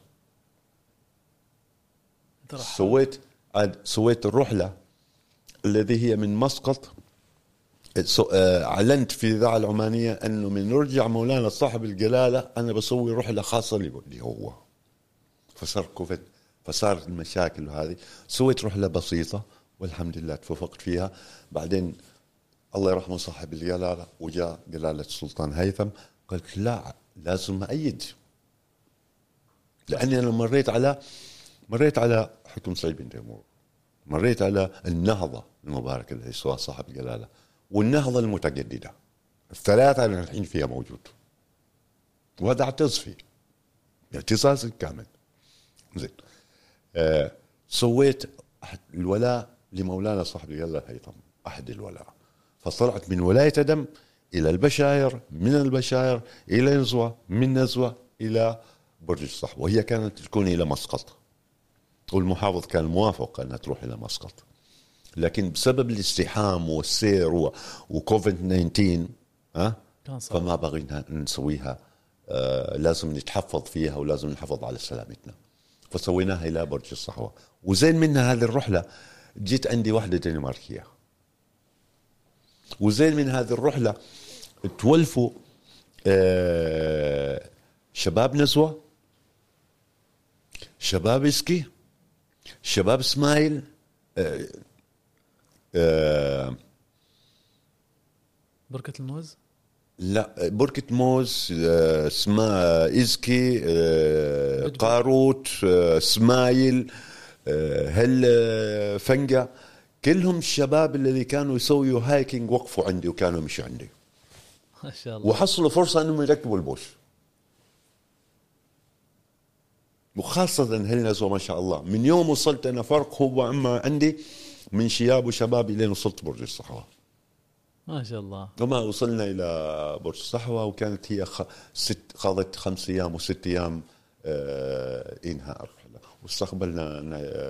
سويت سويت الرحلة الذي هي من مسقط. أعلنت في الإذاعة العمانية أنه من نرجع مولانا صاحب الجلالة أنا بسوي رحلة خاصة لي هو. فصار كوفيد، فصارت المشاكل هذه. سويت رحلة بسيطة والحمد لله توفقت فيها. بعدين الله يرحمه صاحب الجلالة وجاء جلالة السلطان هيثم، قلت لا لازم أيد، لأني أنا مريت على مريت على حكم سعيد بن تيمور، مريت على النهضة المباركة الذي سواها صاحب الجلالة، والنهضة المتجددة، الثلاثة أنا الحين فيها موجود، وهذا اعتز فيه اعتزاز كامل. زين آه سويت الولاء لمولانا صاحب الجلالة هيثم، أحد الولاء، فطلعت من ولاية دم إلى البشاير، من البشاير إلى نزوة، من نزوة إلى برج الصحوة، وهي كانت تكون إلى مسقط، والمحافظ كان موافق أنها تروح إلى مسقط، لكن بسبب الاستحام والسير وكوفيد تسعة عشر ها فما بغينا نسويها. آه لازم نتحفظ فيها ولازم نحافظ على سلامتنا، فسويناها إلى برج الصحوة. وزين منها هذه الرحلة جيت عندي واحدة دنماركية، وزين من هذه الرحلة تولفوا آه شباب نزوة، شباب اسكي، شباب اسماعيل، آه آه بركة الموز، لا بركة موز، آه اسمها إزكي، آه قاروت، آه اسماعيل، آه هل آه فنجة، كلهم الشباب الذي كانوا يسويوا هايكينج وقفوا عندي وكانوا مش عندي ما شاء الله، وحصلوا فرصة أنهم يركبوا البوش. وخاصة هالناس ما شاء الله من يوم وصلت أنا فرق هو عما عندي من شياب وشباب لين وصلت برج الصحوة ما شاء الله. وما وصلنا إلى برج الصحوة وكانت هي خ... ست قضت خمس أيام وست أيام آه... إنهاء الرحلة واستقبلنا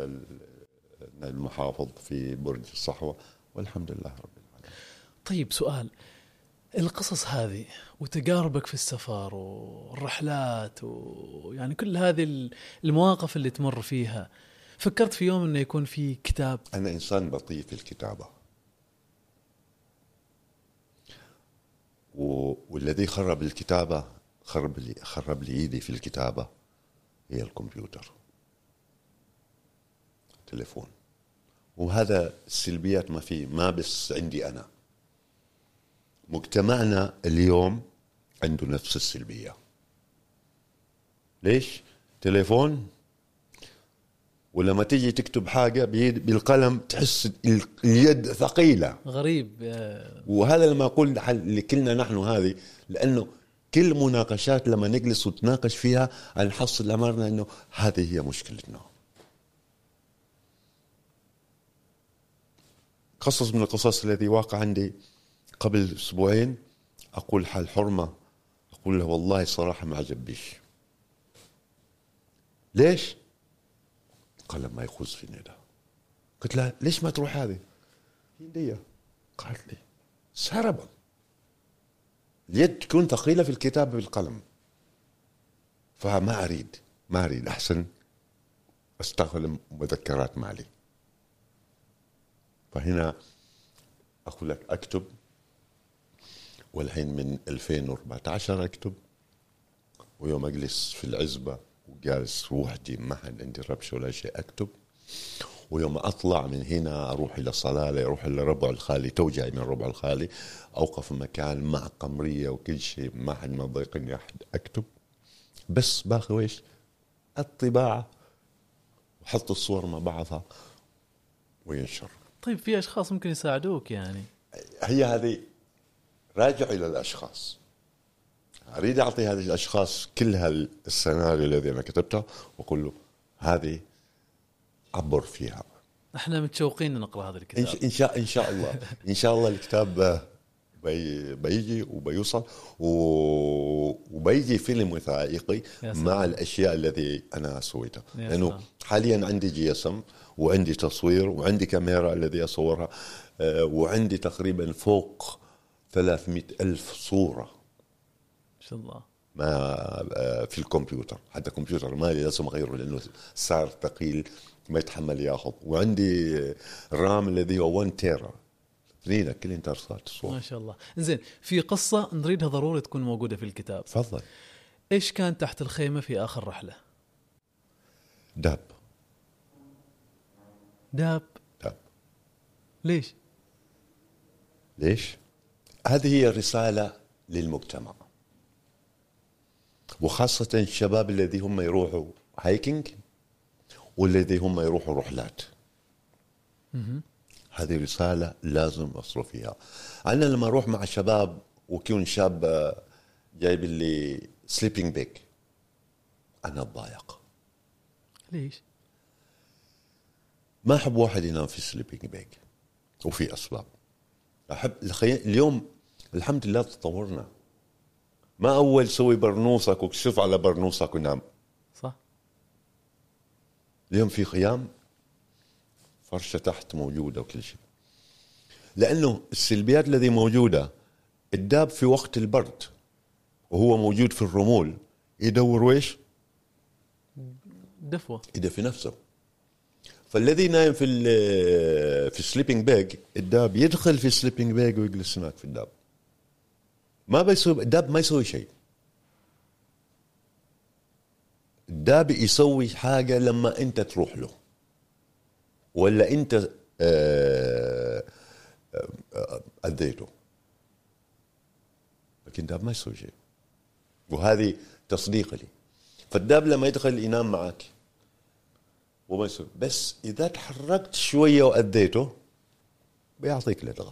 المحافظ في برج الصحوة والحمد لله رب العالمين. طيب سؤال، القصص هذه وتجاربك في السفر والرحلات ويعني كل هذه المواقف اللي تمر فيها، فكرت في يوم انه يكون في كتاب؟ أنا إنسان بطيء في الكتابة، و... والذي خرب الكتابة خرب لي خرب لي إيدي في الكتابة هي الكمبيوتر، التليفون. وهذا السلبيات ما فيه، ما بس عندي أنا، مجتمعنا اليوم عنده نفس السلبية. ليش؟ تليفون، ولما تيجي تكتب حاجة بيد بالقلم تحس اليد ثقيلة، غريب. وهذا لما أقول لكلنا نحن هذه، لأنه كل مناقشات لما نجلس ونتناقش فيها نحصل أمرنا أنه هذه هي مشكلتنا. قصص من القصص الذي واقع عندي قبل أسبوعين، أقول حال حرمة، أقول له والله صراحة ما عجبنيش. ليش؟ قال ما يخوز في ندى. قلت لها ليش ما تروح هذه هندية؟ قالت لي سربا، اليد تكون ثقيلة في الكتابة بالقلم، فما أريد ما أريد أحسن أستخدم مذكرات مالي. فهنا أقول لك أكتب، والحين من ألفين وأربعة عشر أكتب، ويوم أجلس في العزبة وجالس وحدي ما حد عندي ربش ولا شيء أكتب، ويوم أطلع من هنا أروح إلى صلالة، أروح إلى ربع الخالي، توجعي من ربع الخالي، أوقف مكان مع قمرية وكل شيء ما حد ما ضايقني أحد، أكتب بس باخذ ويش الطباعة وحط الصور مع بعضها وينشر. طيب في أشخاص ممكن يساعدوك يعني؟ هي هذه راجع إلى الأشخاص، أريد أعطي هذه الأشخاص كل هالسيناريو الذي أنا كتبته وأقول له هذه عبر فيها. احنا متشوقين نقرأ هذا الكتاب إن شاء إن شاء الله إن شاء الله الكتاب بي بيجي وبيوصل وبيجي فيلم وثائقي مع الأشياء التي أنا سويتها، لأنه حاليا عندي جي اس ام وعندي تصوير وعندي كاميرا الذي أصورها، وعندي تقريبا فوق ثلاثمائة ألف صورة إن شاء الله ما في الكمبيوتر. حتى الكمبيوتر مالي لازم أغيره لأنه صار ثقيل ما يتحمل ياخذ، وعندي الرام الذي هو واحد تيرا لينا كل انترسات الصور. ما شاء الله. إنزين، في قصة نريدها ضروري تكون موجودة في الكتاب. تفضل. إيش كان تحت الخيمة في آخر رحلة؟ داب. داب. داب. ليش؟ ليش؟ هذه هي رسالة للمجتمع، وخاصة الشباب الذي هم يروحوا هايكينج والذي هم يروحوا رحلات. هذه رسالة لازم أصرف فيها. أنا لما أروح مع شباب وكون شاب جايب لي سليبينج بيك أنا أتضايق. ليش؟ ما أحب واحد ينام في سليبينج بيك، وفي أسباب. أحب اليوم الحمد لله تطورنا، ما أول سوي برنوسك وكشف على برنوسك ونام. صح. اليوم في خيام، فرشة تحت موجودة وكل شيء، لأنه السلبيات الذي موجودة الداب في وقت البرد وهو موجود في الرمول يدور ويش دفوة، يدفي نفسه. فالذي نايم في في السليبينج باج الداب يدخل في السليبينج باج ويجلس هناك في الداب، ما بيسوي الداب ما يسوي شيء. الداب يسوي حاجة لما أنت تروح له ولا أنت أذيته، لكن الداب ما يسوي شيء، وهذه تصديق لي. فالداب لما يدخل ينام معك وما يسوي، بس إذا تحركت شوية وأذيته بيعطيك لدغة،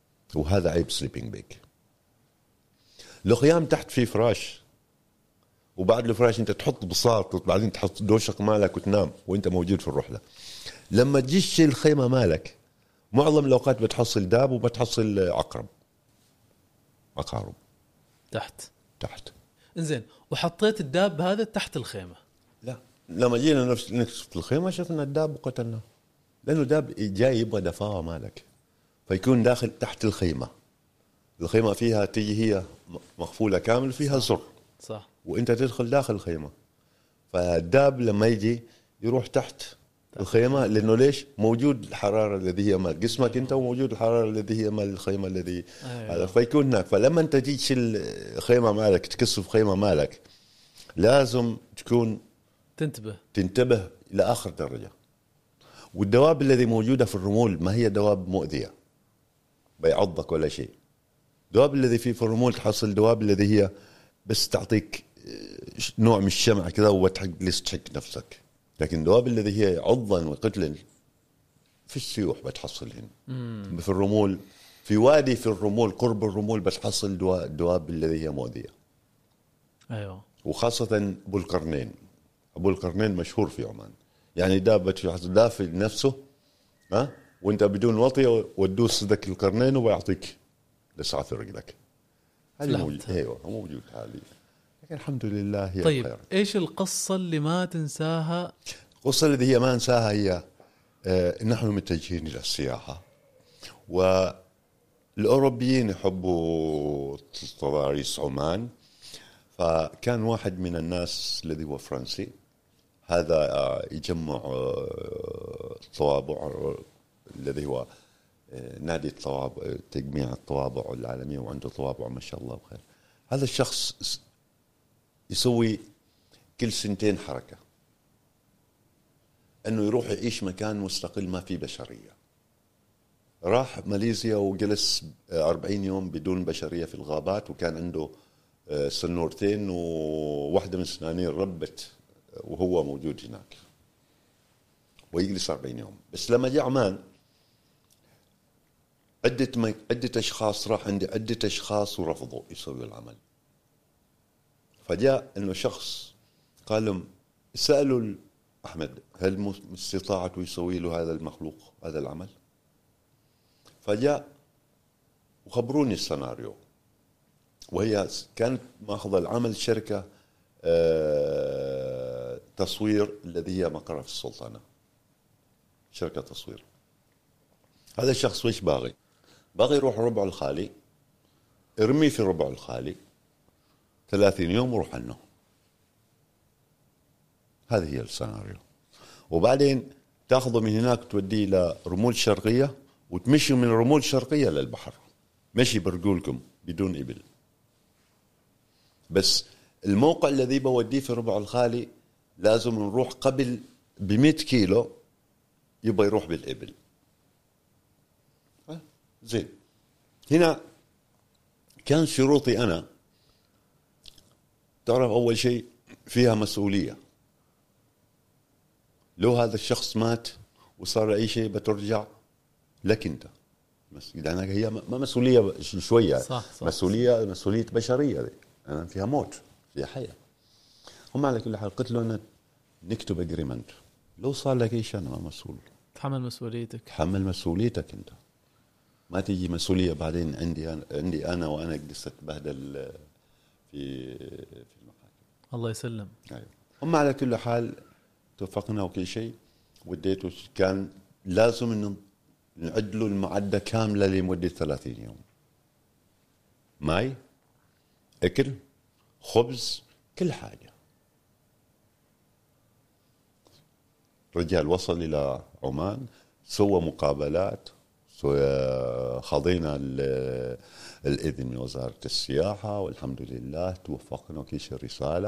وهذا عيب سليبينج بيك. لو خيام تحت في فراش وبعد الفراش انت تحط بساط وبعدين تحط دوشق مالك وتنام وانت موجود في الرحله. لما تجيش الخيمه مالك معظم الاوقات بتحصل داب وبتحصل عقرب عقارب تحت تحت. انزين، وحطيت الداب هذا تحت الخيمه؟ لا، لما جينا نفس نكشف الخيمه شفنا الداب وقتلناه، لانه داب جاي يبغى دفاعه مالك، فيكون داخل تحت الخيمه. الخيمه فيها تيجي هي مقفوله كامل فيها زر، صح، وانت تدخل داخل الخيمه. فالداب لما يجي يروح تحت الخيمه، لانه ليش موجود الحراره الذي هي مال جسمك انت، وموجود الحراره الذي هي مال الخيمه الذي أيوة. هذا فيكون هناك. فلما انت تيجي تشيل الخيمه مالك تكسف خيمه مالك لازم تكون تنتبه تنتبه الى اخر درجه. والدواب الذي موجوده في الرمول ما هي دواب مؤذيه بيعضك ولا شيء. الدواب الذي فيه في الرمول تحصل دواب الذي هي بس تعطيك نوع من الشمع كذا وتجلس تحك نفسك، لكن الدواب الذي هي عضا وقتلا في السيوح بتحصلهن. في الرمول في وادي في الرمول قرب الرمول بتحصل الدواب الذي هي مؤذيه. ايوه، وخاصه ابو القرنين. ابو القرنين مشهور في عمان، يعني دابه دافي نفسه ها وانت بدون وطيه وتدوس ذاك القرنين وبيعطيك لسعه في رجلك. هذه موجود. ايوه موجود هذه، لكن الحمد لله هي طيب خير. ايش القصه اللي ما تنساها؟ القصه التي هي ما انساها هي آه نحن متجهين الى السياحه، والاوروبيين يحبوا تضاريس عمان. فكان واحد من الناس الذي هو فرنسي هذا آه يجمع آه طوابع الذي هو آه نادي الطوابع تجميع الطوابع العالميه، وعنده طوابع ما شاء الله بخير. هذا الشخص يسوي كل سنتين حركة أنه يروح يعيش مكان مستقل ما فيه بشرية. راح ماليزيا وجلس أربعين يوم بدون بشرية في الغابات، وكان عنده سنورتين وواحدة من سنانين ربت وهو موجود هناك، ويجلس أربعين يوم. بس لما جاء عمان عدة عدة أشخاص راح عندي عدة أشخاص ورفضوا يسوي العمل. فجاء انه شخص قال لهم سالوا احمد هل استطاعته يسوي له هذا المخلوق هذا العمل؟ فجاء وخبروني السيناريو، وهي كانت ماخذه العمل شركه تصوير الذي هي مقرها في السلطنه، شركه تصوير. هذا الشخص ويش باغي؟ باغي يروح ربع الخالي، ارمي في الربع الخالي ثلاثين يوم وروح عنه. هذه هي السيناريو. وبعدين تاخذه من هناك توديه الى رمول شرقيه وتمشي من رمول شرقيه للبحر، مشي برجولكم بدون ابل. بس الموقع الذي بوديه في الربع الخالي لازم نروح قبل بمئة كيلو، يبغى يروح بالابل. زين، هنا كان شروطي انا تعرف أول شيء فيها مسؤولية. لو هذا الشخص مات وصار أي شيء بترجع لك أنت، يعني هي ما مسؤولية شوية، صح صح مسؤولية صح. مسؤولية بشرية دي. أنا فيها موت فيها حياة. هم على كل حال قلت له أنا نكتب أجريمنت، لو صار لك أي شيء أنا مسؤول. تحمل مسؤوليتك، تحمل مسؤوليتك أنت، ما تيجي مسؤولية بعدين عندي أنا عندي أنا وأنا جلست بهدل في في المحاكم. الله يسلم. أيوة. هم على كل حال توفقنا وكل شيء، وديته كان لازم إنه نعد له المعدة كاملة لمدة ثلاثين يوم، ماي، أكل، خبز، كل حاجة. رجال وصل إلى عمان، سوى مقابلات، خضينا الإذن من وزارة السياحة، والحمد لله توفقنا وكيش الرسالة.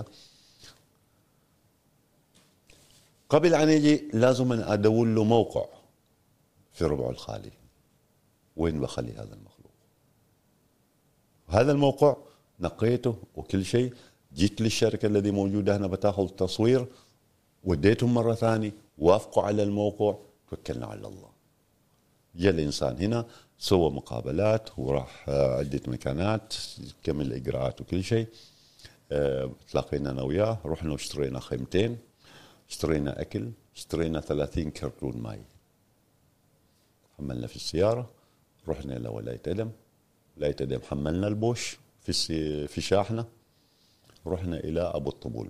قبل أن يجي لازم أن أدور له موقع في ربع الخالي وين بخلي هذا المخلوق. هذا الموقع نقيته وكل شيء، جيت للشركة الذي موجودة هنا بتاخذ التصوير، وديتهم مرة ثانية، وافقوا على الموقع، توكلنا على الله. جاء الإنسان هنا سوى مقابلات وراح عدة مكانات، كمل الإجراءات وكل شيء. اه تلاقينا أنا وياه، رحنا واشترينا خيمتين، اشترينا أكل، اشترينا ثلاثين كرتون ماي، حملنا في السيارة، رحنا إلى ولاية أدم. ولاية أدم حملنا البوش في في شاحنة، رحنا إلى أبو الطبول.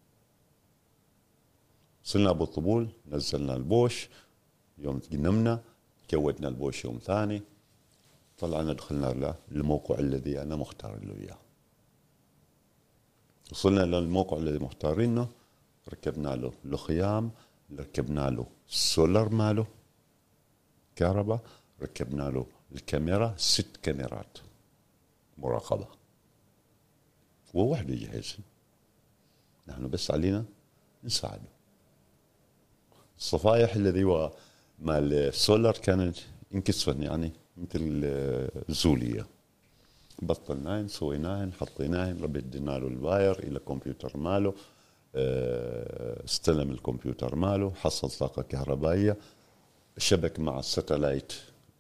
وصلنا أبو الطبول، نزلنا البوش، يوم نمنا جودنا البوش يوم ثاني، طلعنا دخلنا له الموقع الذي أنا مختار له إياه. وصلنا للموقع الذي مختارينه، ركبنا له الخيام، ركبنا له السولر ماله كهرباء، ركبنا له الكاميرا، ست كاميرات مراقبة، ووحده يجهز، نحن بس علينا نساعده. الصفايح الذي هو مال السولر كانت انكسفن يعني مثل الزولية، بطلناهن سويناهن حطيناهن، ردينا له الواير الى كمبيوتر ماله، استلم الكمبيوتر ماله، حصل طاقة كهربائية، شبك مع الساتلايت،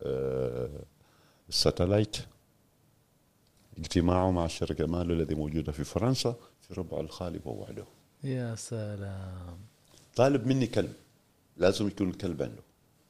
الساتلايت اجتماعه مع الشركة ماله الذي موجودة في فرنسا في ربع الخالي ووحده. يا سلام. طالب مني كلب، لازم يكون الكلب عنده.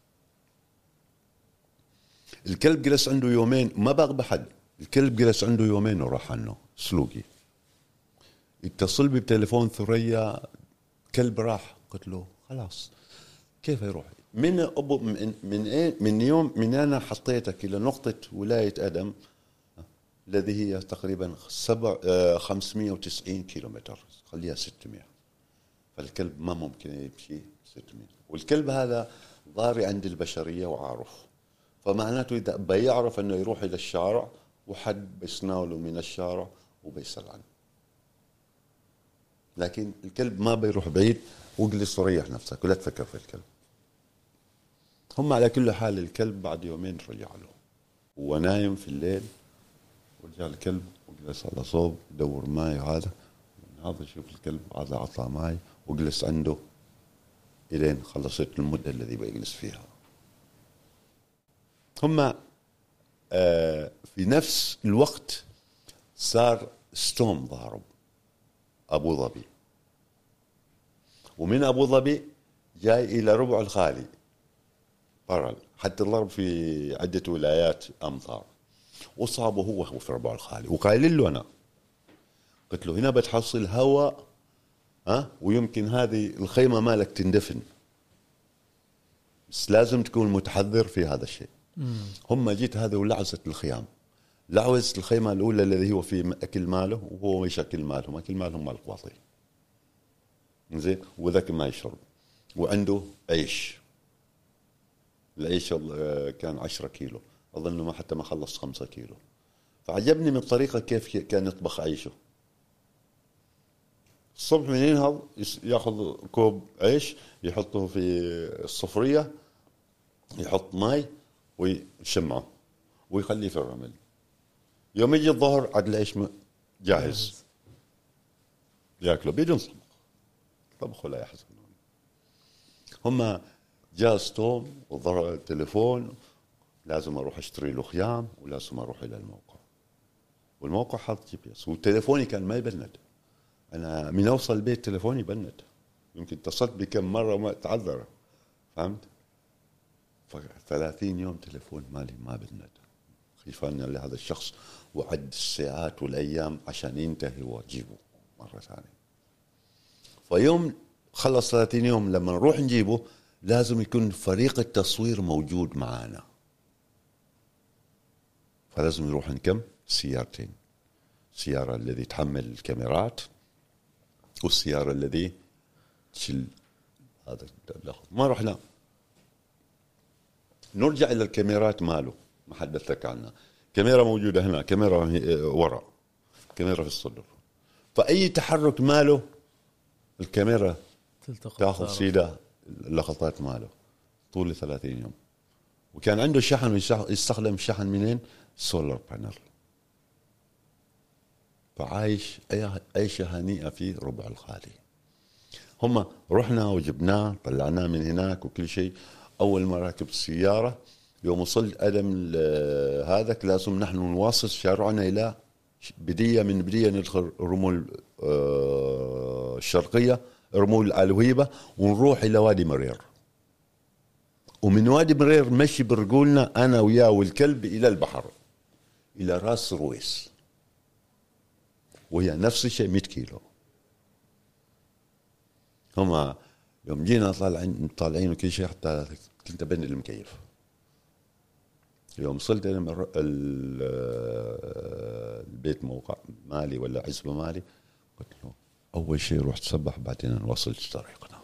الكلب جلس عنده يومين، ما باغ بحد، الكلب جلس عنده يومين وراح عنه سلوقي. اتصل بي بتليفون ثريا، كلب راح، قلت له خلاص كيف يروح؟ من أبو من من, إيه من يوم من أنا حطيتك إلى نقطة ولاية أدم الذي هي تقريبا سبع خمسمائة وتسعين كيلومتر، خليها ستمائة، فالكلب ما ممكن يمشي ستمائة. والكلب هذا ضاري عند البشرية وعارف، فمعناته إذا بيعرف أنه يروح إلى الشارع وحد بيسناوله من الشارع وبيسأل عنه، لكن الكلب ما بيروح بعيد، واجلس وريح نفسك ولا تفكر في الكلب. هم على كل حال الكلب بعد يومين رجع له، هو نايم في الليل ورجع الكلب وجلس على صوب يدور ماي، هذا هذا يشوف الكلب، هذا عطى ماي وجلس عنده إلين خلصت المدة الذي بيجلس فيها. هم آه في نفس الوقت صار ستوم ضارب أبو ظبي، ومن أبو ظبي جاي إلى ربع الخالي برا، حتى الضرب في عدة ولايات أمطار، وصابه هو هو في ربع الخالي. وقايل له أنا، قلت له هنا بتحصل هواء ها، ويمكن هذه الخيمة مالك تندفن، بس لازم تكون متحذر في هذا الشيء. مم. هم جيت هذا ولعزت الخيام، لعوز الخيمة الأولى الذي هو في أكل ماله، وهو يشكل مالهم، أكل مالهم مال قواطي زين، وذاك ما يشرب، وعنده عيش، العيش كان عشرة كيلو، أظن ما حتى ما خلص خمسة كيلو. فعجبني من الطريقة كيف كان يطبخ عيشه. الصبح من ينهض ياخذ كوب عيش يحطه في الصفرية، يحط ماي ويشمعه ويخليه في الرمل. يوم يجي الظهر عاد العيش جاهز ياكله بدون طبخ، طبخه لا يحزنون. هم جاء ستوم وضرب التليفون، لازم اروح اشتري له خيام ولازم اروح الى الموقع، والموقع حاط جي بي اس، وتليفوني كان ما يبند. انا من اوصل البيت تليفوني يبند، يمكن اتصلت بكم مره وما تعذر، فهمت؟ ثلاثين يوم تليفون مالي ما بند، خيفان لهذا الشخص، وعد الساعات والايام عشان ينتهي واجيبه مره ثانيه. فيوم خلص ثلاثين يوم لما نروح نجيبه لازم يكون فريق التصوير موجود معانا، فلازم نروح نكم سيارتين، سيارة الذي تحمل الكاميرات والسيارة الذي تشيل هذا. ما رحنا نرجع إلى الكاميرات ماله، ما حدثتك عنها، كاميرا موجودة هنا، كاميرا وراء، كاميرا في الصدر، فأي تحرك ماله الكاميرا تأخذ سيدة اللقطات ماله طول ثلاثين يوم. وكان عنده شحن يستخدم شحن منين؟ سولار بانل، فعايش عيشة هنيئة في ربع الخالي. هم رحنا وجبناه طلعناه من هناك وكل شيء. أول ما راكب السيارة يوم وصلت أدم هذاك لازم نحن نواصل شارعنا إلى بدية من بدية ندخل رمول الشرقية، رمول الوهيبة، ونروح إلى وادي مرير، ومن وادي مرير مشي برجولنا أنا وياه والكلب إلى البحر، إلى راس رويس، وهي نفس الشيء مئة كيلو. هما يوم جينا طالعين طالعين وكل شيء، حتى كنت بين المكيف. يوم وصلت أنا البيت موقع مالي ولا عزبة مالي، قلت له أول شيء روح تسبح بعدين نواصل طريقنا.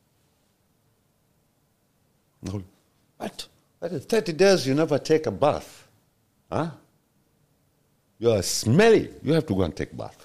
نقول what thirty days you never take a bath, huh? You are smelly, you have to go and take bath.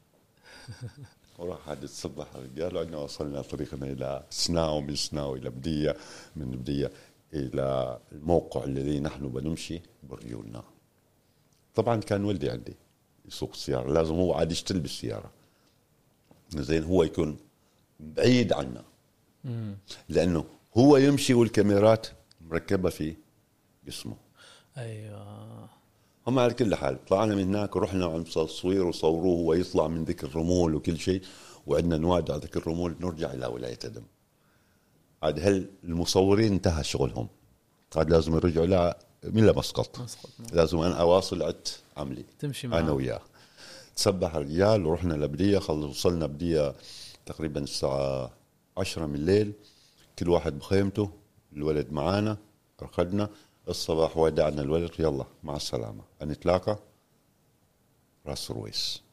وراح عاد تصبح الرجال، وعندنا وصلنا طريقنا إلى سناو، من سناو إلى بدية، من بدية إلى الموقع الذي نحن بنمشي برجولنا. طبعا كان ولدي عندي يسوق السيارة، لازم هو عاد يشتغل بالسيارة، زين هو يكون بعيد عنا، لأنه هو يمشي والكاميرات مركبة في جسمه. أيوة. هم على كل حال طلعنا من هناك ورحنا عند تصوير وصوروه ويطلع من ذيك الرمول وكل شيء، وعندنا نوادع ذيك الرمول، نرجع إلى ولاية أدم. عاد هل المصورين انتهى شغلهم، عاد لازم يرجعوا لا من لمسقط، لازم أنا أواصل عد عملي تمشي معه أنا وياه. تسبح الرجال ورحنا لبدية، خلص وصلنا بدية تقريبا الساعة عشرة من الليل، كل واحد بخيمته، الولد معانا، رقدنا الصباح، ودعنا الولد، يلا مع السلامة، نتلاقى راس رويس.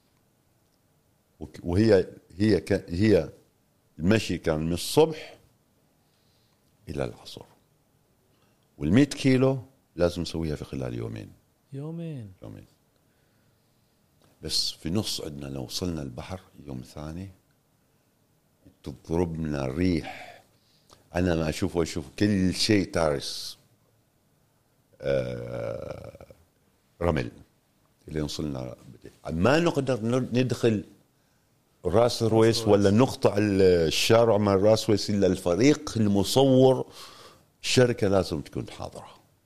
وهي هي هي المشي كان من الصبح إلى العصر، والمئة كيلو لازم نسويها في خلال يومين يومين يومين بس. في نص عندنا لو وصلنا البحر يوم ثاني تضربنا الريح، أنا ما أشوف وأشوف كل شيء تارس آه رمل. اللي وصلنا ما نقدر ندخل راس رويس ولا نقطع الشارع من راس رويس إلا الفريق المصور الشركة لازم تكون حاضرة.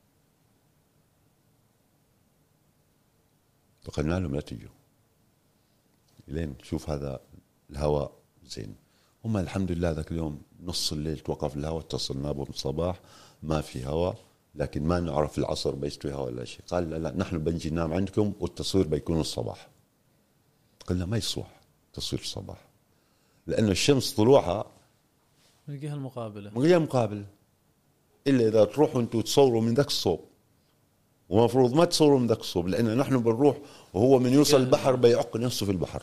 فقلنا لهم لا تجوا لين نشوف هذا الهواء زين. هم الحمد لله ذاك اليوم نص الليل توقف الهواء، اتصلنا بهم الصباح ما في هواء، لكن ما نعرف العصر بيستوي هواء ولا شيء. قال لا, لا نحن بنجي ننام عندكم والتصوير بيكون الصباح. قلنا ما يصلح تصوير الصباح لأنه الشمس طلوعها من الجهة المقابلة، من الجهة المقابلة، إلا إذا تروحوا أنتوا تصوروا من ذاك الصوب، ومفروض ما تصوروا من ذاك الصوب، لأن نحن بنروح وهو من يوصل البحر بيعق نفسه في البحر.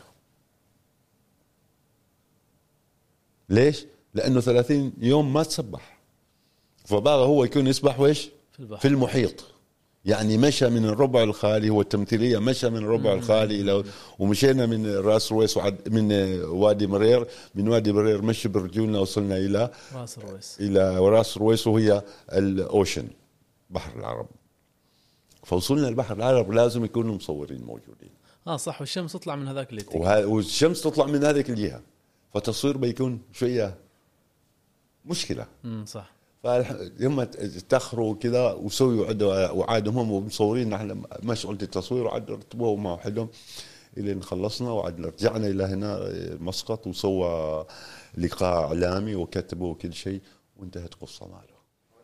ليش؟ لأنه ثلاثين يوم ما تسبح، فبقى هو يكون يسبح ويش في البحر في المحيط. يعني مشى من الربع الخالي، هو التمثيلية مشى من الربع الخالي إلى، ومشينا من راس رويس وعد من وادي مرير، من وادي مرير مشي برجولنا وصلنا إلى راس رويس، إلى راس رويس وهي الأوشن بحر العرب. فوصلنا البحر العرب لازم يكونوا مصورين موجودين. اه صح، والشمس تطلع من هذاك الاتجاه وه... والشمس تطلع من هذيك الجهة، فتصوير بيكون شوية مشكلة. امم صح. فهم تأخروا كذا وسووا عدوا وعادهم هم مصورين، نحن مشغولة التصوير وعد رتبوه مع وحدهم إلى خلصنا، وعد رجعنا إلى هنا مسقط وسوى لقاء إعلامي وكتبوا كل شيء وانتهت قصة ماله.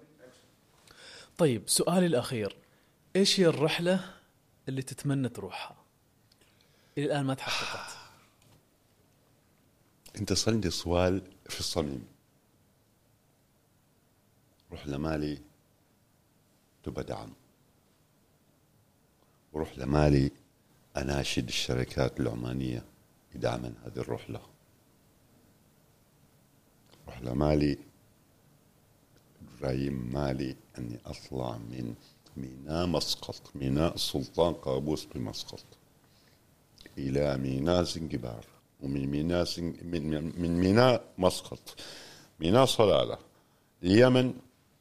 طيب سؤالي الأخير، إيش هي الرحلة اللي تتمنى تروحها إلى الآن ما تحققت؟ انت صلني سؤال في الصميم. روح لمالي تبى دعم، وروح لمالي أناشد الشركات العمانية بدعم هذه الرحلة. روح لمالي إبراهيم مالي أني أطلع من ميناء مسقط، ميناء السلطان قابوس بمسقط، إلى ميناء زنجبار، ومن ميناء زنج... من من ميناء مسقط ميناء صلالة، اليمن،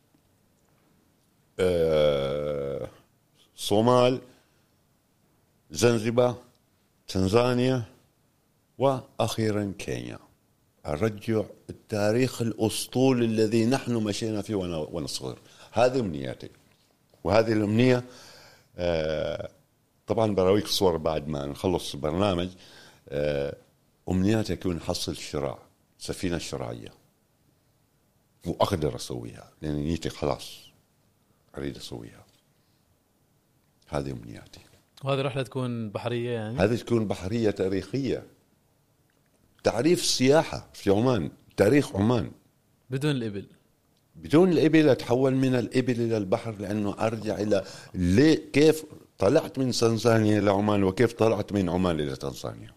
آه... صومال، زنزبار، تنزانيا، وأخيرا كينيا. أرجع التاريخ الأسطول الذي نحن مشينا فيه ونصغر. هذه أمنياتي، وهذه الأمنية آه طبعا براويك صور بعد ما نخلص البرنامج. أمنياتي يكون حصل شراع سفينة شراعية، وأقدر أسويها لأن نيتي خلاص أريد أسويها. هذه أمنياتي. وهذه رحلة تكون بحرية يعني؟ هذه تكون بحرية تاريخية، تعريف السياحة في عمان، تاريخ عمان. بدون الإبل؟ بدون الإبل أتحول من الإبل إلى البحر، لأنه أرجع إلى ليه كيف طلعت من تنزانيا إلى عمان وكيف طلعت من عمان إلى تنزانيا.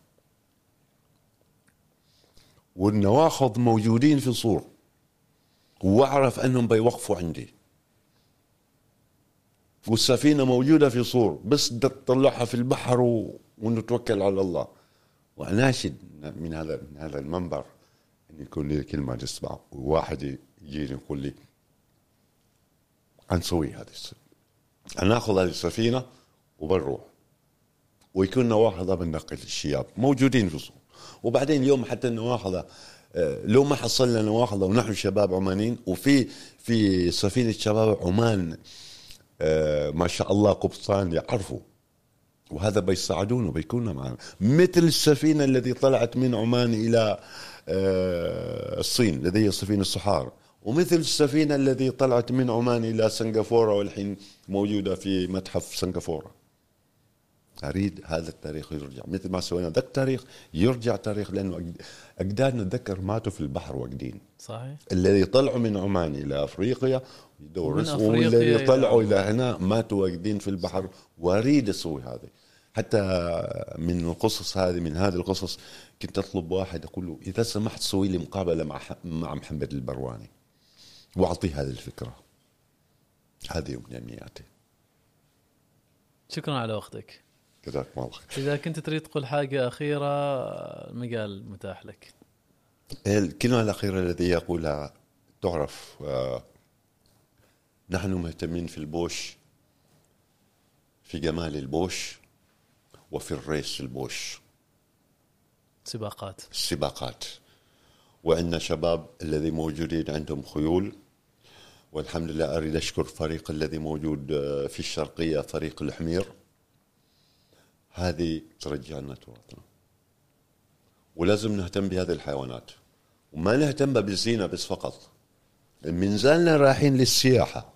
والنواخض موجودين في صور، وأعرف أنهم بيوقفوا عندي، والسفينة موجودة في صور، بس تطلعها في البحر و... ونتوكل على الله. وأناشد من هذا من هذا المنبر أن يكون لي كلمة تسمع، وواحد يجيني يقول لي أنسوي هذه السفينة، أنا أخذ هذه السفينة وبنروح، ويكون نواخذة بننقل الشياب موجودين في صور. وبعدين اليوم حتى النواخذة لو ما حصلنا نواخذة ونحن شباب عمانيين، وفي في سفينة شباب عمان ما شاء الله قبطان يعرفوا، وهذا بيساعدونه بيكونوا معنا، مثل السفينة التي طلعت من عمان إلى الصين الذي هي سفينة الصحار، ومثل السفينة التي طلعت من عمان إلى سنغافورة والحين موجودة في متحف سنغافورة. أريد هذا التاريخ يرجع مثل ما سوينا ذاك التاريخ، يرجع تاريخ، لأنه أجدادنا ذكر ماتوا في البحر واقدين. صحيح. الذي طلعوا من عمان إلى أفريقيا والذي طلعوا إلى هنا ماتوا واقدين في البحر. وأريد أسوي هذا. حتى من القصص هذه من هذه القصص كنت أطلب واحد أقول له إذا سمحت سوي لي مقابلة مع مع محمد البرواني وأعطيه هذه الفكرة. هذه أمنياتي. شكرا على وقتك. جزاك الله خير. إذا كنت تريد تقول حاجة أخيرة المجال متاح لك. الكلمة الأخيرة التي يقولها تعرف، آه نحن مهتمين في البوش، في جمال البوش، وفي الريس البوش، سباقات السباقات. وعندنا شباب الذي موجودين عندهم خيول، والحمد لله. أريد أشكر فريق الذي موجود في الشرقية، فريق الحمير. هذه ترجعنا تراثنا، ولازم نهتم بهذه الحيوانات، وما نهتم بالزينة بس فقط. من زالنا رايحين للسياحة،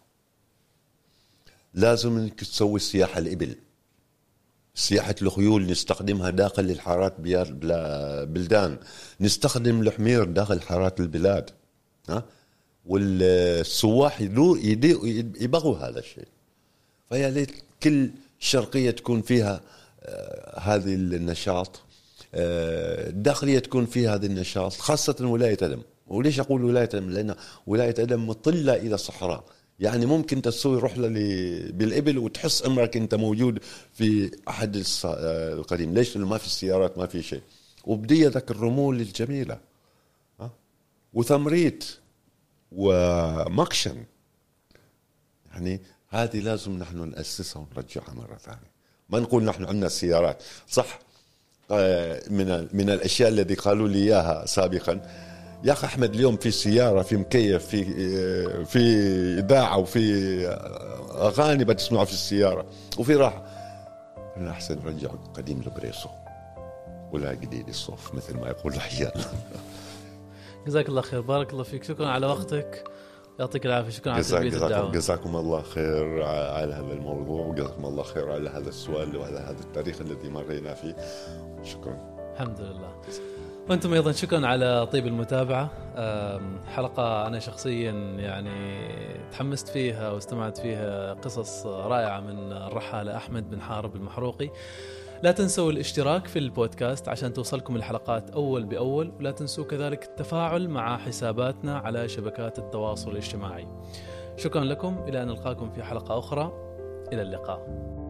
لازم انك تسوي السياحة الإبل، سياحة الخيول نستخدمها داخل الحارات بلدان، نستخدم الحمير داخل حارات البلاد، ها؟ والسواح يبغوا هذا الشيء. فيا ليت كل شرقية تكون فيها آه هذه النشاط، آه الداخلية تكون فيها هذا النشاط، خاصة ولاية أدم. وليش أقول ولاية أدم؟ لأن ولاية أدم مطلة إلى صحراء، يعني ممكن تسوي رحلة بالإبل وتحس أمرك أنت موجود في أحد القديم. ليش؟ لأنه ما في السيارات، ما في شيء، وبدية ذاك الرمول الجميلة، ها؟ وثمريت ومقشن. يعني هذه لازم نحن نأسسها ونرجعها مرة ثانية. ما نقول نحن عندنا سيارات، صح، من من الأشياء التي قالوا لي إياها سابقا، يا أخي أحمد اليوم في سيارة، في مكيف، في في إذاعة، وفي أغاني بتسمعها في السيارة، وفي راحة. أنا أحسن رجع قديم لبريسو ولا جديد الصوف مثل ما يقول الحيان. جزاك الله خير، بارك الله فيك، شكرا على وقتك، يعطيك العافية. شكرا على تلبية الدعوة. جزاكم الله خير على هذا الموضوع، وجزاكم الله خير على هذا السؤال وعلى هذا التاريخ الذي مرينا فيه. شكرا. الحمد لله. وأنتم أيضا شكرا على طيب المتابعة. حلقة أنا شخصيا يعني تحمست فيها واستمعت فيها قصص رائعة من الرحالة أحمد بن حارب المحروقي. لا تنسوا الاشتراك في البودكاست عشان توصلكم الحلقات أول بأول، ولا تنسوا كذلك التفاعل مع حساباتنا على شبكات التواصل الاجتماعي. شكرا لكم، إلى أن نلقاكم في حلقة أخرى، إلى اللقاء.